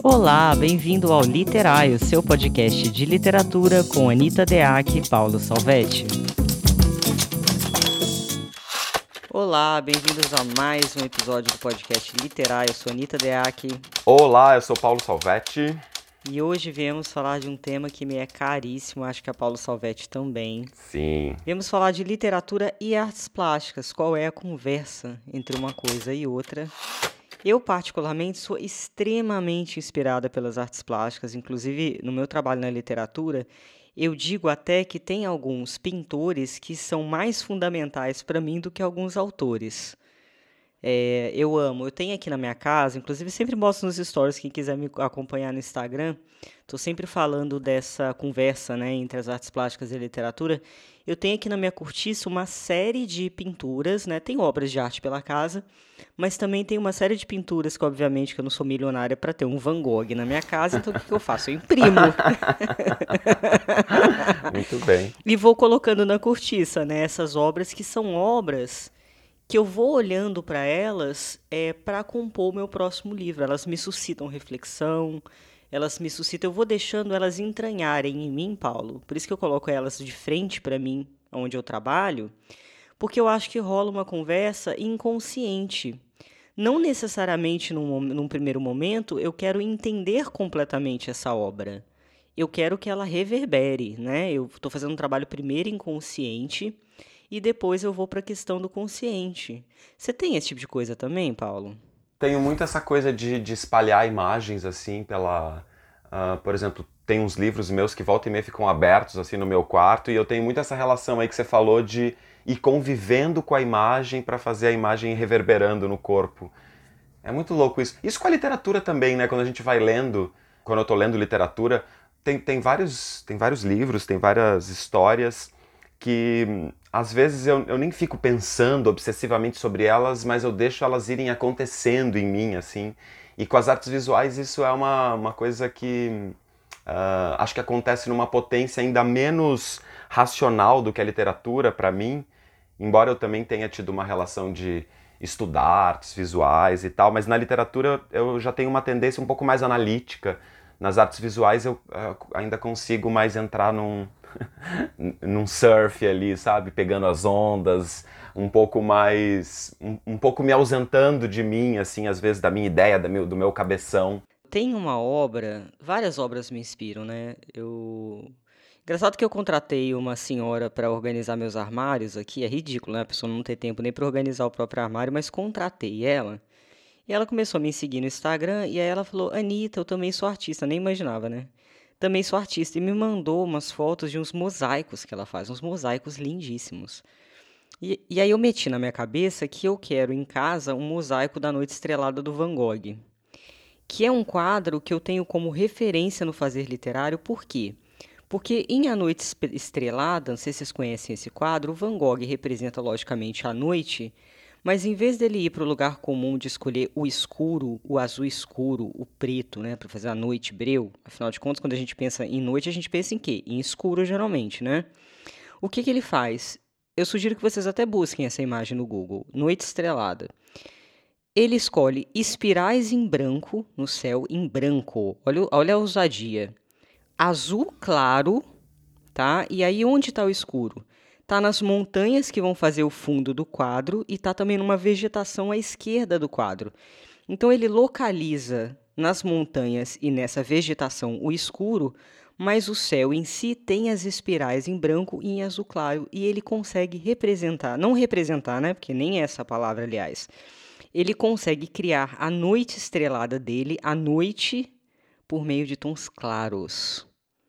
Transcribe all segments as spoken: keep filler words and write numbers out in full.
Olá, bem-vindo ao Literário, seu podcast de literatura com Anita Deac e Paulo Salvetti. Olá, bem-vindos a mais um episódio do podcast Literário. Eu sou Anita Deac. Olá, eu sou Paulo Salvetti. E hoje viemos falar de um tema que me é caríssimo, acho que a Paulo Salvetti também. Sim. Viemos falar de literatura e artes plásticas. Qual é a conversa entre uma coisa e outra? Eu, particularmente, sou extremamente inspirada pelas artes plásticas. Inclusive, no meu trabalho na literatura, eu digo até que tem alguns pintores que são mais fundamentais para mim do que alguns autores. É, eu amo, eu tenho aqui na minha casa, inclusive sempre mostro nos stories, quem quiser me acompanhar no Instagram, estou sempre falando dessa conversa, né, entre as artes plásticas e a literatura. Eu tenho aqui na minha cortiça uma série de pinturas, né, tem obras de arte pela casa, mas também tem uma série de pinturas que, obviamente, que eu não sou milionária para ter um Van Gogh na minha casa, então o que, que eu faço? Eu imprimo. Muito bem. E vou colocando na cortiça, né, essas obras que são obras que eu vou olhando para elas é, para compor o meu próximo livro. Elas me suscitam reflexão, elas me suscitam... Eu vou deixando elas entranharem em mim, Paulo. Por isso que eu coloco elas de frente para mim, onde eu trabalho, porque eu acho que rola uma conversa inconsciente. Não necessariamente num, num primeiro momento eu quero entender completamente essa obra. Eu quero que ela reverbere, né? Eu estou fazendo um trabalho primeiro inconsciente e depois eu vou para a questão do consciente. Você tem esse tipo de coisa também, Paulo? Tenho muito essa coisa de, de espalhar imagens, assim, pela... Uh, por exemplo, tem uns livros meus que volta e meia ficam abertos, assim, no meu quarto, e eu tenho muito essa relação aí que você falou de ir convivendo com a imagem para fazer a imagem reverberando no corpo. É muito louco isso. Isso com a literatura também, né? Quando a gente vai lendo, quando eu tô lendo literatura, tem, tem, vários, tem vários livros, tem várias histórias que às vezes eu, eu nem fico pensando obsessivamente sobre elas, mas eu deixo elas irem acontecendo em mim, assim. E com as artes visuais isso é uma, uma coisa que uh, acho que acontece numa potência ainda menos racional do que a literatura, para mim, embora eu também tenha tido uma relação de estudar artes visuais e tal, mas na literatura eu já tenho uma tendência um pouco mais analítica. Nas artes visuais eu uh, ainda consigo mais entrar num... num surf ali, sabe? Pegando as ondas, um pouco mais... Um, um pouco me ausentando de mim, assim, às vezes da minha ideia, do meu, do meu cabeção. Tem uma obra... Várias obras me inspiram, né? Eu... Engraçado que eu contratei uma senhora para organizar meus armários aqui. É ridículo, né? A pessoa não ter tempo nem para organizar o próprio armário, mas contratei ela. E ela começou a me seguir no Instagram e aí ela falou: Anita, eu também sou artista. Nem imaginava, né? Também sou artista, e me mandou umas fotos de uns mosaicos que ela faz, uns mosaicos lindíssimos. E, e aí eu meti na minha cabeça que eu quero em casa um mosaico da Noite Estrelada do Van Gogh, que é um quadro que eu tenho como referência no fazer literário. Por quê? Porque em A Noite Estrelada, não sei se vocês conhecem esse quadro, o Van Gogh representa logicamente a noite, mas em vez dele ir para o lugar comum de escolher o escuro, o azul escuro, o preto, né, para fazer a noite breu, afinal de contas, quando a gente pensa em noite, a gente pensa em quê? Em escuro, geralmente, né? O que que ele faz? Eu sugiro que vocês até busquem essa imagem no Google, Noite Estrelada. Ele escolhe espirais em branco no céu, em branco, olha, olha a ousadia. Azul claro, tá? E aí onde está o escuro? Está nas montanhas que vão fazer o fundo do quadro e está também numa vegetação à esquerda do quadro. Então ele localiza nas montanhas e nessa vegetação o escuro, mas o céu em si tem as espirais em branco e em azul claro, e ele consegue representar, não representar, né? Porque nem é essa palavra, aliás. Ele consegue criar a noite estrelada dele, a noite, por meio de tons claros.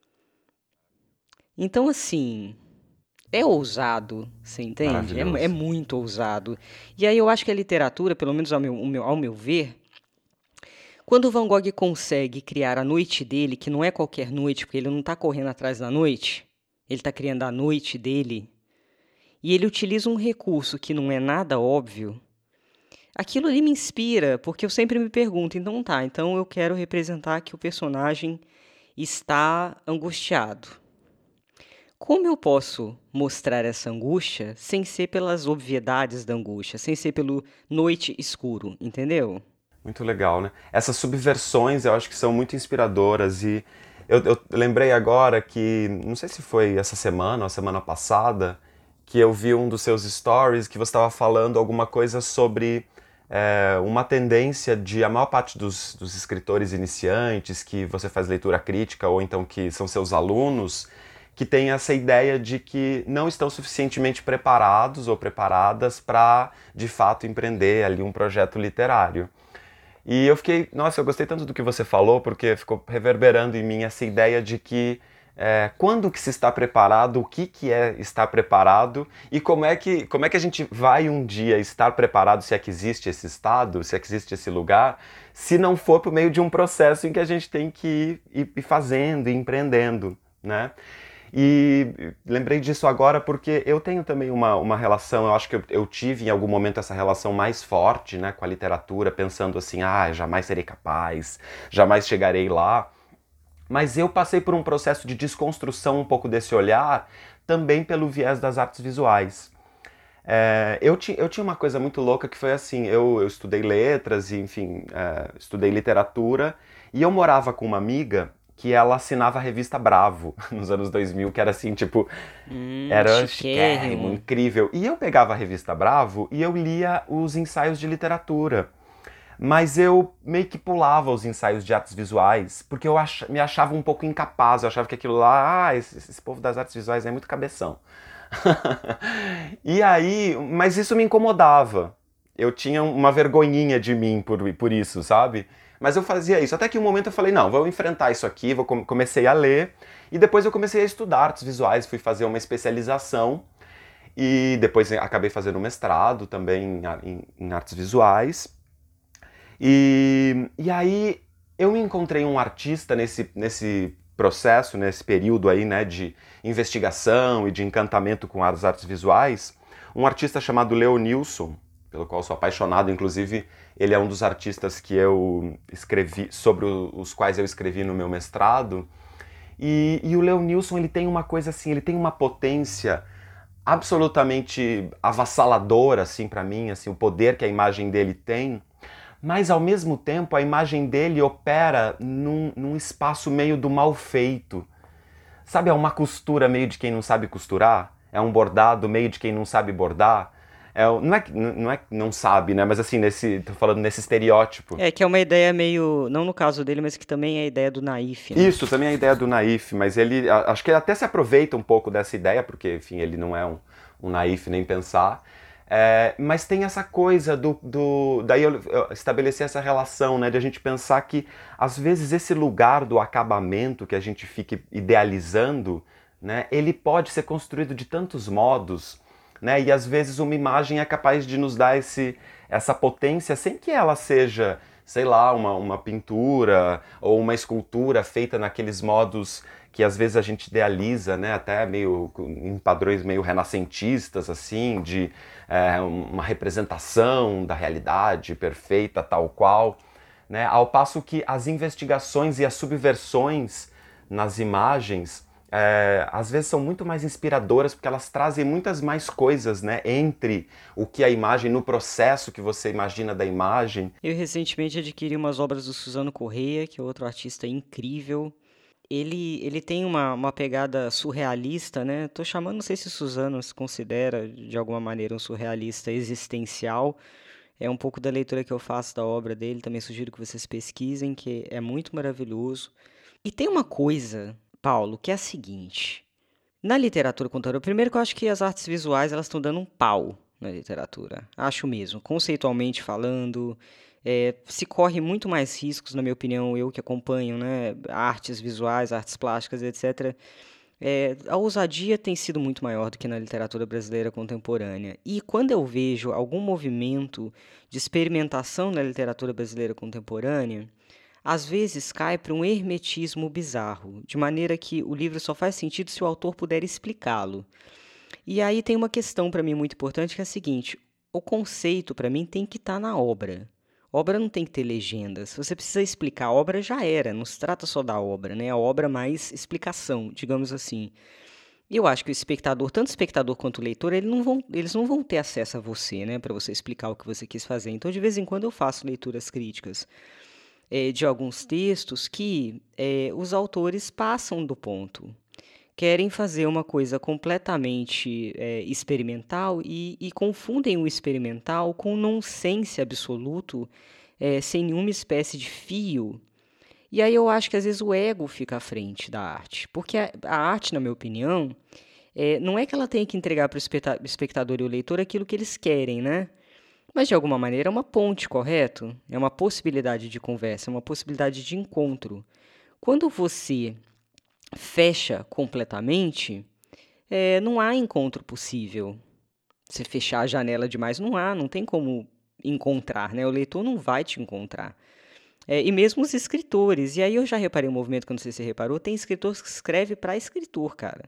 Então, assim... É ousado, você entende? É, é muito ousado. E aí eu acho que a literatura, pelo menos ao meu, ao meu, ao meu ver, quando o Van Gogh consegue criar a noite dele, que não é qualquer noite, porque ele não está correndo atrás da noite, ele está criando a noite dele, e ele utiliza um recurso que não é nada óbvio, aquilo ali me inspira, porque eu sempre me pergunto, então tá, então eu quero representar que o personagem está angustiado. Como eu posso mostrar essa angústia sem ser pelas obviedades da angústia, sem ser pelo noite escuro, entendeu? Muito legal, né? Essas subversões eu acho que são muito inspiradoras e eu, eu lembrei agora que, não sei se foi essa semana ou a semana passada, que eu vi um dos seus stories que você estava falando alguma coisa sobre é, uma tendência de a maior parte dos, dos escritores iniciantes que você faz leitura crítica ou então que são seus alunos, que tem essa ideia de que não estão suficientemente preparados ou preparadas para, de fato, empreender ali um projeto literário. E eu fiquei, nossa, eu gostei tanto do que você falou, porque ficou reverberando em mim essa ideia de que é, quando que se está preparado, o que, que é estar preparado e como é, que, como é que a gente vai um dia estar preparado, se é que existe esse estado, se é que existe esse lugar, se não for por meio de um processo em que a gente tem que ir, ir fazendo, ir empreendendo, né? E lembrei disso agora porque eu tenho também uma, uma relação, eu acho que eu, eu tive em algum momento essa relação mais forte, né, com a literatura, pensando assim, ah, jamais serei capaz, jamais chegarei lá. Mas eu passei por um processo de desconstrução um pouco desse olhar, também pelo viés das artes visuais. É, eu, ti, eu tinha uma coisa muito louca que foi assim, eu, eu estudei letras e, enfim, é, estudei literatura, e eu morava com uma amiga que ela assinava a revista Bravo, nos anos dois mil, que era assim, tipo, Hum, era chiquérrimo, chiquérrimo. incrível. E eu pegava a revista Bravo e eu lia os ensaios de literatura. Mas eu meio que pulava os ensaios de artes visuais, porque eu ach, me achava um pouco incapaz, eu achava que aquilo lá, ah, esse, esse povo das artes visuais é muito cabeção. E aí, mas isso me incomodava. Eu tinha uma vergonhinha de mim por, por isso, sabe? Mas eu fazia isso. Até que um momento eu falei, não, vou enfrentar isso aqui, vou, comecei a ler. E depois eu comecei a estudar artes visuais, fui fazer uma especialização. E depois acabei fazendo um mestrado também em, em artes visuais. E, e aí eu encontrei um artista nesse, nesse processo, nesse período aí, né, de investigação e de encantamento com as artes visuais, um artista chamado Leonilson, pelo qual sou apaixonado, inclusive ele é um dos artistas que eu escrevi, sobre os quais eu escrevi no meu mestrado, e, e o Leonilson, ele tem uma coisa assim, ele tem uma potência absolutamente avassaladora, assim, para mim, assim, o poder que a imagem dele tem, mas ao mesmo tempo a imagem dele opera num, num espaço meio do mal feito. Sabe, é uma costura meio de quem não sabe costurar? É um bordado meio de quem não sabe bordar? É, não é que não, é, não sabe, né? Mas assim, nesse, tô falando nesse estereótipo. É, que é uma ideia meio, não no caso dele, mas que também é a ideia do naif, né? Isso, também é a ideia do naif, mas ele, acho que ele até se aproveita um pouco dessa ideia, porque, enfim, ele não é um, um naif nem pensar. É, mas tem essa coisa do, do daí eu, eu estabeleci essa relação, né, de a gente pensar que às vezes esse lugar do acabamento que a gente fica idealizando, né, ele pode ser construído de tantos modos, né, e às vezes uma imagem é capaz de nos dar esse, essa potência sem que ela seja, sei lá, uma, uma pintura ou uma escultura feita naqueles modos que às vezes a gente idealiza, né, até meio em padrões meio renascentistas, assim, de é, uma representação da realidade perfeita, tal qual, né, ao passo que as investigações e as subversões nas imagens é, às vezes são muito mais inspiradoras porque elas trazem muitas mais coisas, né, entre o que a imagem, no processo que você imagina da imagem. Eu recentemente adquiri umas obras do Suzano Correia, que é outro artista incrível. Ele, ele tem uma, uma pegada surrealista, né? Tô chamando, não sei se Suzano se considera de alguma maneira um surrealista existencial. É um pouco da leitura que eu faço da obra dele, também sugiro que vocês pesquisem, que é muito maravilhoso. E tem uma coisa, Paulo, que é a seguinte. Na literatura contemporânea, primeiro que eu acho que as artes visuais elas estão dando um pau na literatura. Acho mesmo, conceitualmente falando, é, se corre muito mais riscos, na minha opinião, eu que acompanho, né, artes visuais, artes plásticas, etcétera. É, a ousadia tem sido muito maior do que na literatura brasileira contemporânea. E quando eu vejo algum movimento de experimentação na literatura brasileira contemporânea, às vezes cai para um hermetismo bizarro, de maneira que o livro só faz sentido se o autor puder explicá-lo. E aí tem uma questão para mim muito importante que é a seguinte: o conceito para mim tem que estar na obra. Obra não tem que ter legendas. Você precisa explicar. A obra já era, não se trata só da obra, né? A obra mais explicação, digamos assim. E eu acho que o espectador, tanto o espectador quanto o leitor, ele não vão, eles não vão ter acesso a você, né, para você explicar o que você quis fazer. Então, de vez em quando, eu faço leituras críticas eh, de alguns textos que eh, os autores passam do ponto. Querem fazer uma coisa completamente eh, experimental e, e confundem o experimental com nonsense absoluto, eh, sem nenhuma espécie de fio. E aí eu acho que às vezes o ego fica à frente da arte. Porque a, a arte, na minha opinião, eh, não é que ela tenha que entregar para o espectador e o leitor aquilo que eles querem, né? Mas de alguma maneira é uma ponte, correto? É uma possibilidade de conversa, é uma possibilidade de encontro. Quando você fecha completamente, eh, não há encontro possível. Se fechar a janela demais, não há, não tem como encontrar, né? O leitor não vai te encontrar. É, e mesmo os escritores. E aí eu já reparei um movimento que eu não sei se você reparou, tem escritor que escreve para escritor, cara.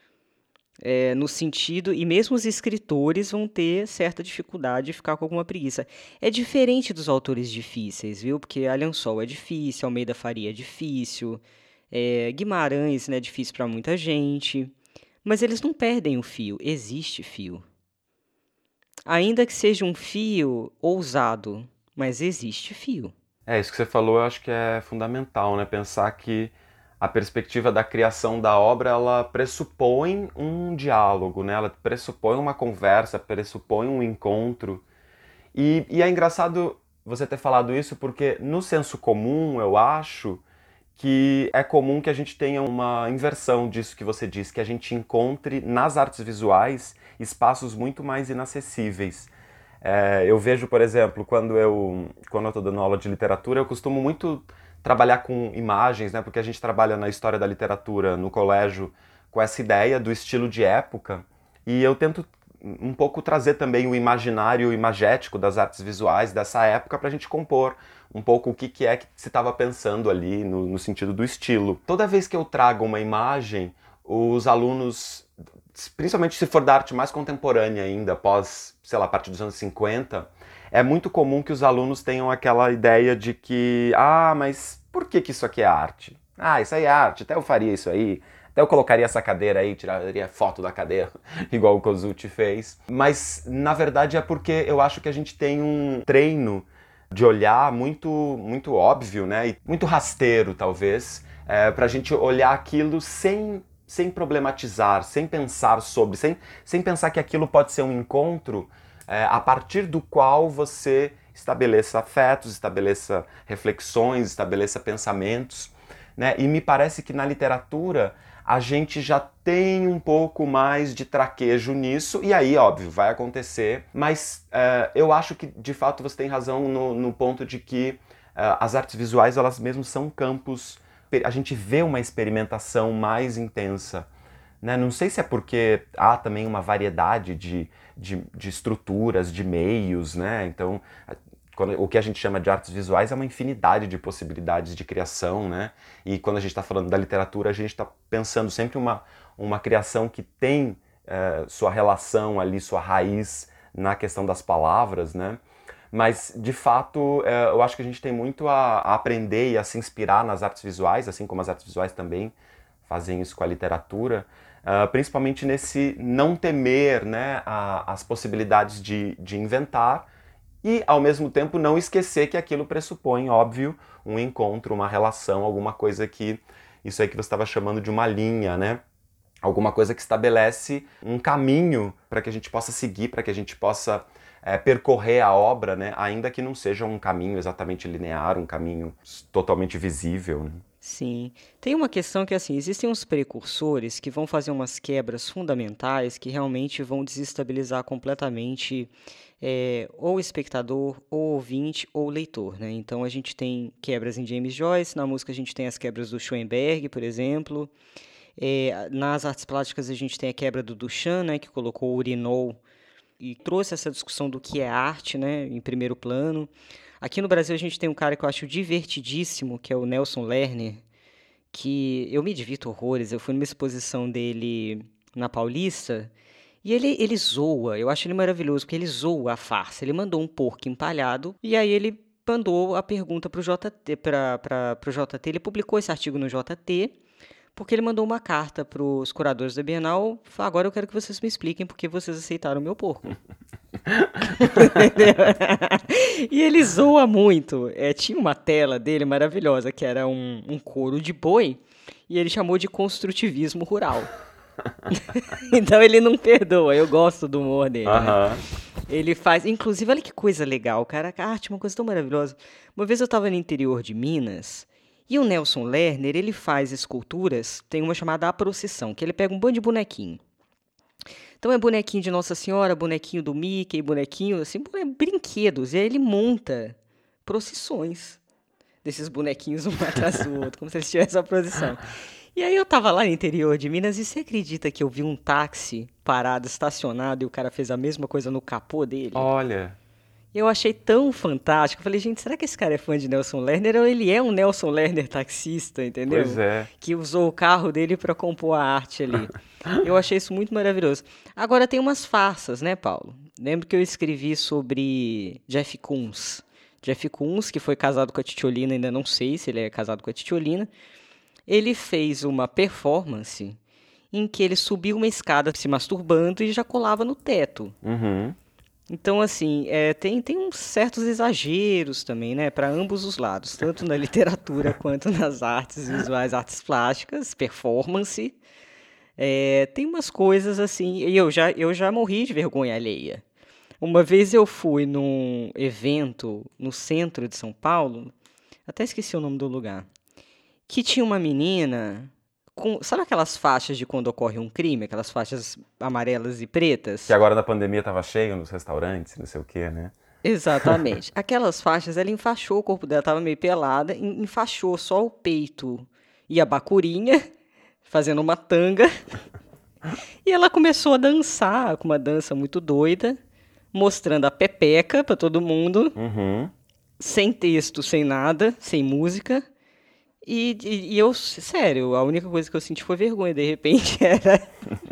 É, no sentido, e mesmo os escritores vão ter certa dificuldade de ficar com alguma preguiça. É diferente dos autores difíceis, viu? Porque Allan Sol é difícil, Almeida Faria é difícil, é, Guimarães, né, é difícil para muita gente. Mas eles não perdem o fio, existe fio. Ainda que seja um fio ousado, mas existe fio. É, isso que você falou, eu acho que é fundamental, né? Pensar que a perspectiva da criação da obra, ela pressupõe um diálogo, né? Ela pressupõe uma conversa, pressupõe um encontro. E, e é engraçado você ter falado isso porque no senso comum, eu acho que é comum que a gente tenha uma inversão disso que você disse, que a gente encontre nas artes visuais espaços muito mais inacessíveis. É, eu vejo, por exemplo, quando eu quando eu estou dando aula de literatura, eu costumo muito trabalhar com imagens, né? Porque a gente trabalha na história da literatura no colégio com essa ideia do estilo de época, e eu tento um pouco trazer também o imaginário imagético das artes visuais dessa época para a gente compor um pouco o que, que é que se estava pensando ali no, no sentido do estilo. Toda vez que eu trago uma imagem, os alunos, principalmente se for da arte mais contemporânea ainda, após, sei lá, a partir dos anos cinquenta, é muito comum que os alunos tenham aquela ideia de que, ah, mas por que, que isso aqui é arte? Ah, isso aí é arte, até eu faria isso aí, até eu colocaria essa cadeira aí, tiraria foto da cadeira, igual o Kozuchi fez. Mas, na verdade, é porque eu acho que a gente tem um treino de olhar muito, muito óbvio, né? E muito rasteiro, talvez, é, pra gente olhar aquilo sem, sem problematizar, sem pensar sobre, sem, sem pensar que aquilo pode ser um encontro é, a partir do qual você estabeleça afetos, estabeleça reflexões, estabeleça pensamentos, né? E me parece que na literatura a gente já tem um pouco mais de traquejo nisso, e aí, óbvio, vai acontecer, mas uh, eu acho que, de fato, você tem razão no, no ponto de que uh, as artes visuais, elas mesmo são campos, a gente vê uma experimentação mais intensa, né? Não sei se é porque há também uma variedade de, de, de estruturas, de meios, né? Então, quando, o que a gente chama de artes visuais é uma infinidade de possibilidades de criação, né? E quando a gente está falando da literatura, a gente está pensando sempre uma, uma criação que tem é, sua relação ali, sua raiz na questão das palavras, né? Mas, de fato, é, eu acho que a gente tem muito a, a aprender e a se inspirar nas artes visuais, assim como as artes visuais também fazem isso com a literatura, uh, principalmente nesse não temer, né, a, as possibilidades de, de inventar, e, ao mesmo tempo, não esquecer que aquilo pressupõe, óbvio, um encontro, uma relação, alguma coisa que... Isso aí que você estava chamando de uma linha, né? Alguma coisa que estabelece um caminho para que a gente possa seguir, para que a gente possa é, percorrer a obra, né? Ainda que não seja um caminho exatamente linear, um caminho totalmente visível, né? Sim. Tem uma questão que, assim, existem uns precursores que vão fazer umas quebras fundamentais que realmente vão desestabilizar completamente é, ou o espectador, ou o ouvinte, ou o leitor, né? Então, a gente tem quebras em James Joyce, na música a gente tem as quebras do Schoenberg, por exemplo. É, nas artes plásticas a gente tem a quebra do Duchamp, né, que colocou o urinol e trouxe essa discussão do que é arte, né, em primeiro plano. Aqui no Brasil a gente tem um cara que eu acho divertidíssimo, que é o Nelson Lerner, que eu me divirto horrores. Eu fui numa exposição dele na Paulista e ele, ele zoa, eu acho ele maravilhoso, porque ele zoa a farsa. Ele mandou um porco empalhado e aí ele mandou a pergunta para o J T, para o J T. Ele publicou esse artigo no J T Porque ele mandou uma carta para os curadores da Bienal, falou, agora eu quero que vocês me expliquem por que vocês aceitaram o meu porco. Entendeu? E ele zoa muito. É, tinha uma tela dele maravilhosa, que era um, um couro de boi, e ele chamou de construtivismo rural. Então ele não perdoa, eu gosto do humor dele, né? Aham. Ele faz, inclusive, olha que coisa legal, cara, a arte é uma coisa tão maravilhosa. Uma vez eu estava no interior de Minas, e o Nelson Lerner, ele faz esculturas, tem uma chamada A Procissão, que ele pega um bando de bonequinho. Então é bonequinho de Nossa Senhora, bonequinho do Mickey, bonequinho, assim, bone- brinquedos. E aí ele monta procissões desses bonequinhos um atrás do outro, como se eles tivessem a procissão. E aí eu tava lá no interior de Minas e você acredita que eu vi um táxi parado, estacionado, e o cara fez a mesma coisa no capô dele? Olha. Eu achei tão fantástico. Eu falei, gente, será que esse cara é fã de Nelson Lerner ou ele é um Nelson Lerner taxista, entendeu? Pois é. Que usou o carro dele para compor a arte ali. Eu achei isso muito maravilhoso. Agora tem umas farsas, né, Paulo? Lembro que eu escrevi sobre Jeff Koons. Jeff Koons, que foi casado com a Titiolina, ainda não sei se ele é casado com a Titiolina. Ele fez uma performance em que ele subiu uma escada se masturbando e ejaculava no teto. Uhum. Então, assim, é, tem, tem uns certos exageros também, né? Para ambos os lados, tanto na literatura quanto nas artes visuais, artes plásticas, performance. É, tem umas coisas assim, e eu já, eu já morri de vergonha alheia. Uma vez eu fui num evento no centro de São Paulo, até esqueci o nome do lugar, que tinha uma menina com, sabe aquelas faixas de quando ocorre um crime, aquelas faixas amarelas e pretas? Que agora na pandemia tava cheio nos restaurantes, não sei o quê, né? Exatamente. Aquelas faixas, ela enfaixou o corpo dela, tava meio pelada, en- enfaixou só o peito e a bacurinha, fazendo uma tanga, e ela começou a dançar com uma dança muito doida, mostrando a pepeca pra todo mundo, Uhum. sem texto, sem nada, sem música. E, e, e eu, sério, a única coisa que eu senti foi vergonha, de repente era,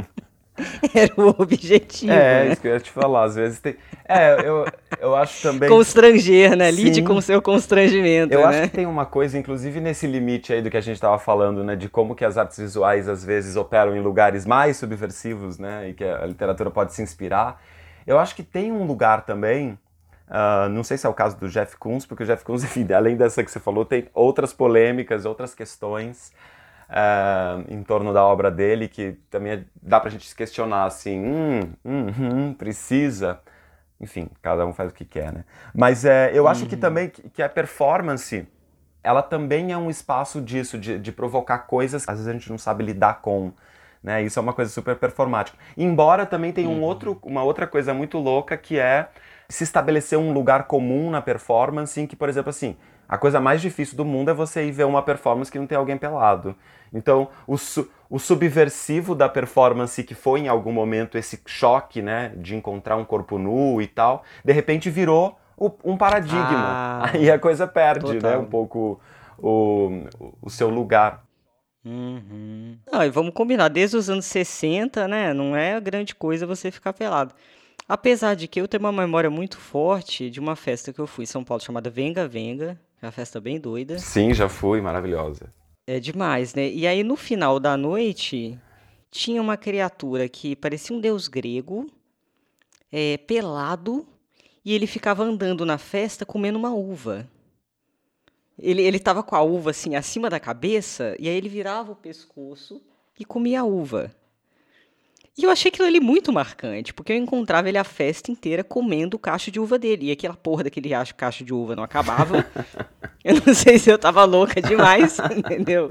era o objetivo, É, né? isso que eu ia te falar, às vezes tem... É, eu, eu acho também... Constranger, né? Lide Sim. com o seu constrangimento, Eu né? acho que tem uma coisa, inclusive nesse limite aí do que a gente estava falando, né, de como que as artes visuais às vezes operam em lugares mais subversivos, né, e que a literatura pode se inspirar. Eu acho que tem um lugar também, ah, não sei se é o caso do Jeff Koons, porque o Jeff Koons, enfim, além dessa que você falou, tem outras polêmicas, outras questões ah, em torno da obra dele que também é- dá pra gente se questionar assim, hum, hum, hum, precisa. Enfim, cada um faz o que quer, né? Mas é, eu acho que também que que a performance, ela também é um espaço disso, de, de provocar coisas que às vezes a gente não sabe lidar com, né? Isso é uma coisa super performática. Embora também tenha um outro, uma outra coisa muito louca que é se estabelecer um lugar comum na performance em que, por exemplo, assim, a coisa mais difícil do mundo é você ir ver uma performance que não tem alguém pelado. Então, o, su- o subversivo da performance que foi em algum momento esse choque, né, de encontrar um corpo nu e tal, de repente virou o- um paradigma. Ah, Aí a coisa perde, né, total. um pouco o, o seu lugar. Uhum. Não, e vamos combinar, desde os anos sessenta, né? Não é grande coisa você ficar pelado. Apesar de que eu tenho uma memória muito forte de uma festa que eu fui em São Paulo chamada Venga Venga, é uma festa bem doida. Sim, já fui, maravilhosa. É demais, né? E aí no final da noite tinha uma criatura que parecia um deus grego, é, pelado, e ele ficava andando na festa comendo uma uva. Ele, ele tava com a uva assim acima da cabeça, e aí ele virava o pescoço e comia a uva. E eu achei aquilo ali muito marcante, porque eu encontrava ele a festa inteira comendo o cacho de uva dele. E aquela porra daquele acho- cacho de uva não acabava. Eu não sei se eu tava louca demais, entendeu?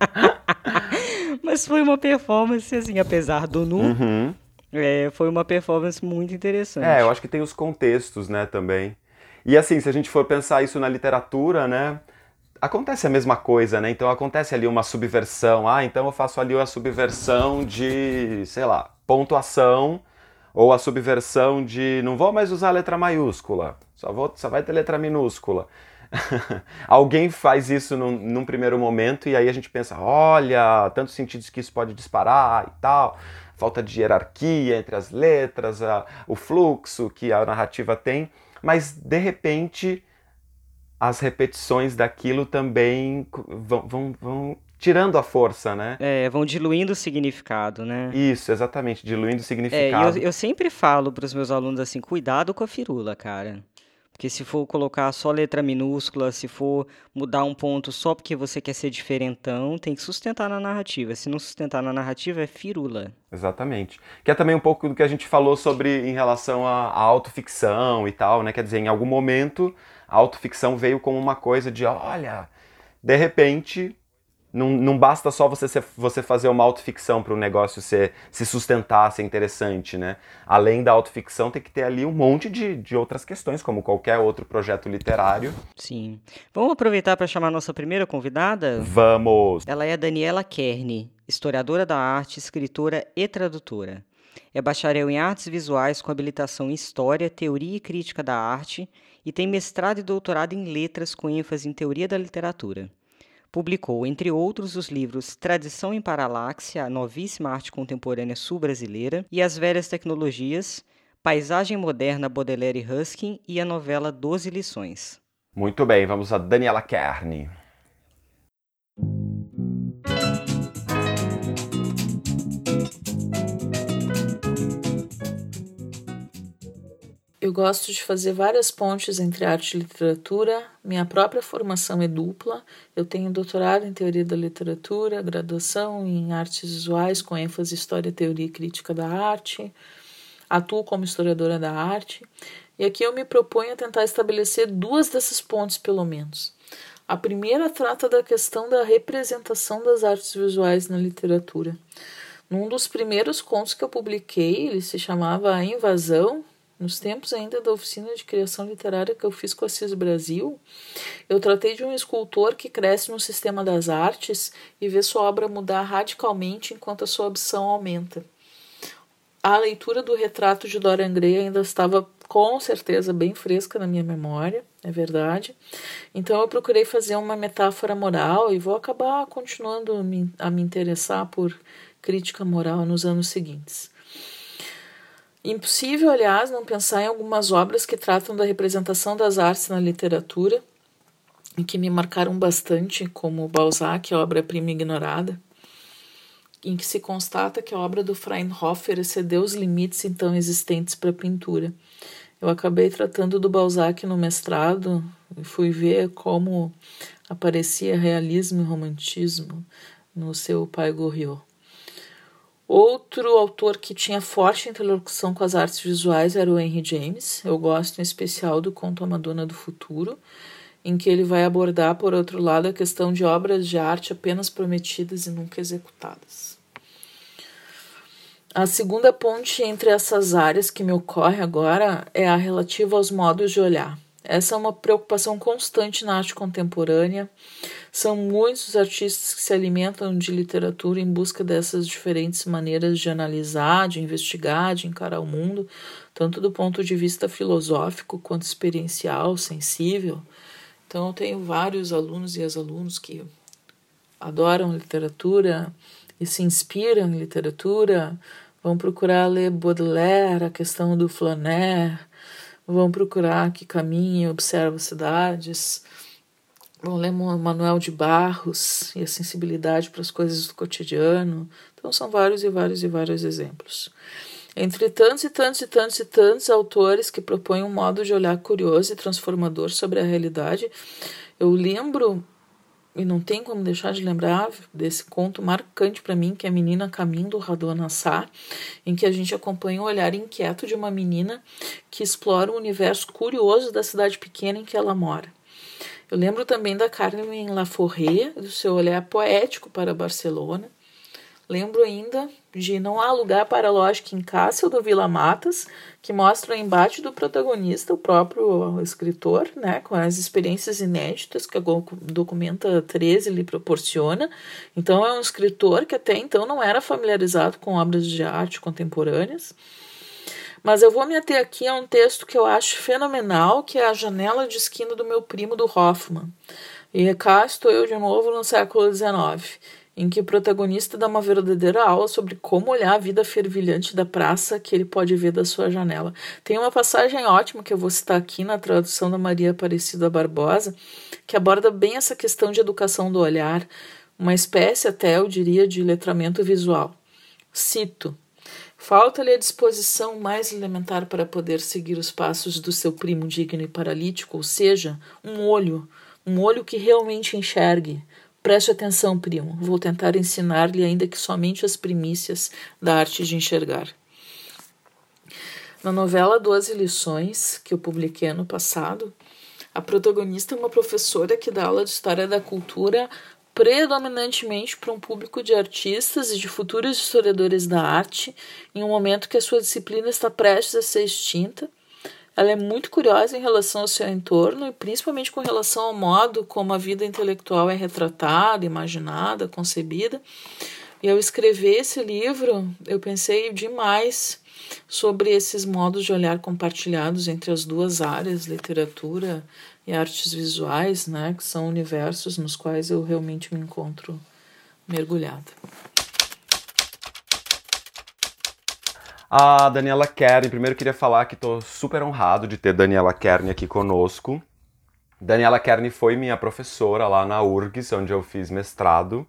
Mas foi uma performance, assim, apesar do nu, Uhum. é, foi uma performance muito É, eu interessante. acho que tem os contextos, né, também. E assim, se a gente for pensar isso na literatura, né, acontece a mesma coisa, né? Então acontece ali uma subversão. Ah, então eu faço ali a subversão de, sei lá, pontuação, ou a subversão de não vou mais usar letra maiúscula, só, vou, só vai ter letra minúscula. Alguém faz isso num, num primeiro momento e aí a gente pensa, olha, tantos sentidos que isso pode disparar e tal, falta de hierarquia entre as letras, a- o fluxo que a narrativa tem, mas de repente as repetições daquilo também co- vão, vão, vão tirando a força, né? É, vão diluindo o significado, né? Isso, exatamente, diluindo o É, e significado. eu, eu sempre falo para os meus alunos assim, cuidado com a firula, cara. Porque se for colocar só letra minúscula, se for mudar um ponto só porque você quer ser diferentão, tem que sustentar na narrativa. Se não sustentar na narrativa, é firula. Exatamente. Que é também um pouco do que a gente falou sobre em relação à, à autoficção e tal, né? Quer dizer, em algum momento a autoficção veio como uma coisa de, olha, de repente, não, não basta só você, ser, você fazer uma autoficção para o negócio ser, se sustentar, ser interessante, né? Além da autoficção, tem que ter ali um monte de, de outras questões, como qualquer outro projeto literário. Sim. Vamos aproveitar para chamar a nossa primeira convidada? Vamos! Ela é a Daniela Kern, historiadora da arte, escritora e tradutora. É bacharel em artes visuais com habilitação em História, Teoria e Crítica da Arte e tem mestrado e doutorado em Letras com ênfase em Teoria da Literatura. Publicou, entre outros, os livros Tradição em Paralaxe, a novíssima arte contemporânea sul-brasileira, e As Velhas Tecnologias, Paisagem Moderna, Baudelaire e Ruskin, e a novela Doze Lições. Muito bem, vamos a Daniela Kern. Eu gosto de fazer várias pontes entre arte e literatura. Minha própria formação é dupla. Eu tenho doutorado em Teoria da Literatura, graduação em Artes Visuais com ênfase em História, Teoria e Crítica da Arte. Atuo como historiadora da arte. E aqui eu me proponho a tentar estabelecer duas dessas pontes, pelo menos. A primeira trata da questão da representação das artes visuais na literatura. Num dos primeiros contos que eu publiquei, ele se chamava A Invasão, nos tempos ainda da oficina de criação literária que eu fiz com a Assis Brasil, eu tratei de um escultor que cresce no sistema das artes e vê sua obra mudar radicalmente enquanto a sua ambição aumenta. A leitura do retrato de Dorian Gray ainda estava com certeza bem fresca na minha memória, é verdade. Então eu procurei fazer uma metáfora moral e vou acabar continuando a me interessar por crítica moral nos anos seguintes. Impossível, aliás, não pensar em algumas obras que tratam da representação das artes na literatura e que me marcaram bastante, como Balzac, a obra-prima ignorada, em que se constata que a obra do Frauenhofer excedeu os limites então existentes para a pintura. Eu acabei tratando do Balzac no mestrado e fui ver como aparecia realismo e romantismo no seu Pai Goriot. Outro autor que tinha forte interlocução com as artes visuais era o Henry James. Eu gosto em especial do conto A Madonna do Futuro, em que ele vai abordar, por outro lado, a questão de obras de arte apenas prometidas e nunca executadas. A segunda ponte entre essas áreas que me ocorre agora é a relativa aos modos de olhar. Essa é uma preocupação constante na arte contemporânea. São muitos os artistas que se alimentam de literatura em busca dessas diferentes maneiras de analisar, de investigar, de encarar o mundo, tanto do ponto de vista filosófico quanto experiencial, sensível. Então eu tenho vários alunos e ex-alunos que adoram literatura e se inspiram em literatura, vão procurar ler Baudelaire, a questão do Flaner, vão procurar Que Caminha e Observa Cidades, vão ler Manuel de Barros e a sensibilidade para as coisas do cotidiano. Então são vários e vários e vários exemplos. Entre tantos e tantos e tantos e tantos autores que propõem um modo de olhar curioso e transformador sobre a realidade, eu lembro, e não tem como deixar de lembrar, desse conto marcante para mim, que é A Menina a Caminho, do Radon Nassar, em que a gente acompanha o olhar inquieto de uma menina que explora o universo curioso da cidade pequena em que ela mora. Eu lembro também da Carmen Laforré, do seu olhar poético para Barcelona. Lembro ainda de Não Há Lugar para a Lógica em Cássio, do Vila Matas, que mostra o embate do protagonista, o próprio escritor, né, com as experiências inéditas que a Documenta treze lhe proporciona. Então é um escritor que até então não era familiarizado com obras de arte contemporâneas. Mas eu vou me ater aqui a um texto que eu acho fenomenal, que é A Janela de Esquina do Meu Primo, do Hoffmann. E cá estou eu de novo no século dezenove, em que o protagonista dá uma verdadeira aula sobre como olhar a vida fervilhante da praça que ele pode ver da sua janela. Tem uma passagem ótima que eu vou citar aqui na tradução da Maria Aparecida Barbosa, que aborda bem essa questão de educação do olhar, uma espécie até, eu diria, de letramento visual. Cito: falta-lhe a disposição mais elementar para poder seguir os passos do seu primo digno e paralítico, ou seja, um olho, um olho que realmente enxergue. Preste atenção, primo, vou tentar ensinar-lhe ainda que somente as primícias da arte de enxergar. Na novela Doze Lições, que eu publiquei ano passado, a protagonista é uma professora que dá aula de História da Cultura predominantemente para um público de artistas e de futuros historiadores da arte, em um momento que a sua disciplina está prestes a ser extinta. Ela é muito curiosa em relação ao seu entorno e principalmente com relação ao modo como a vida intelectual é retratada, imaginada, concebida. E ao escrever esse livro, eu pensei demais sobre esses modos de olhar compartilhados entre as duas áreas, literatura e artes visuais, né, que são universos nos quais eu realmente me encontro mergulhada. A Daniela Kern, primeiro queria falar que estou super honrado de ter Daniela Kern aqui conosco. Daniela Kern foi minha professora lá na U R G S, onde eu fiz mestrado.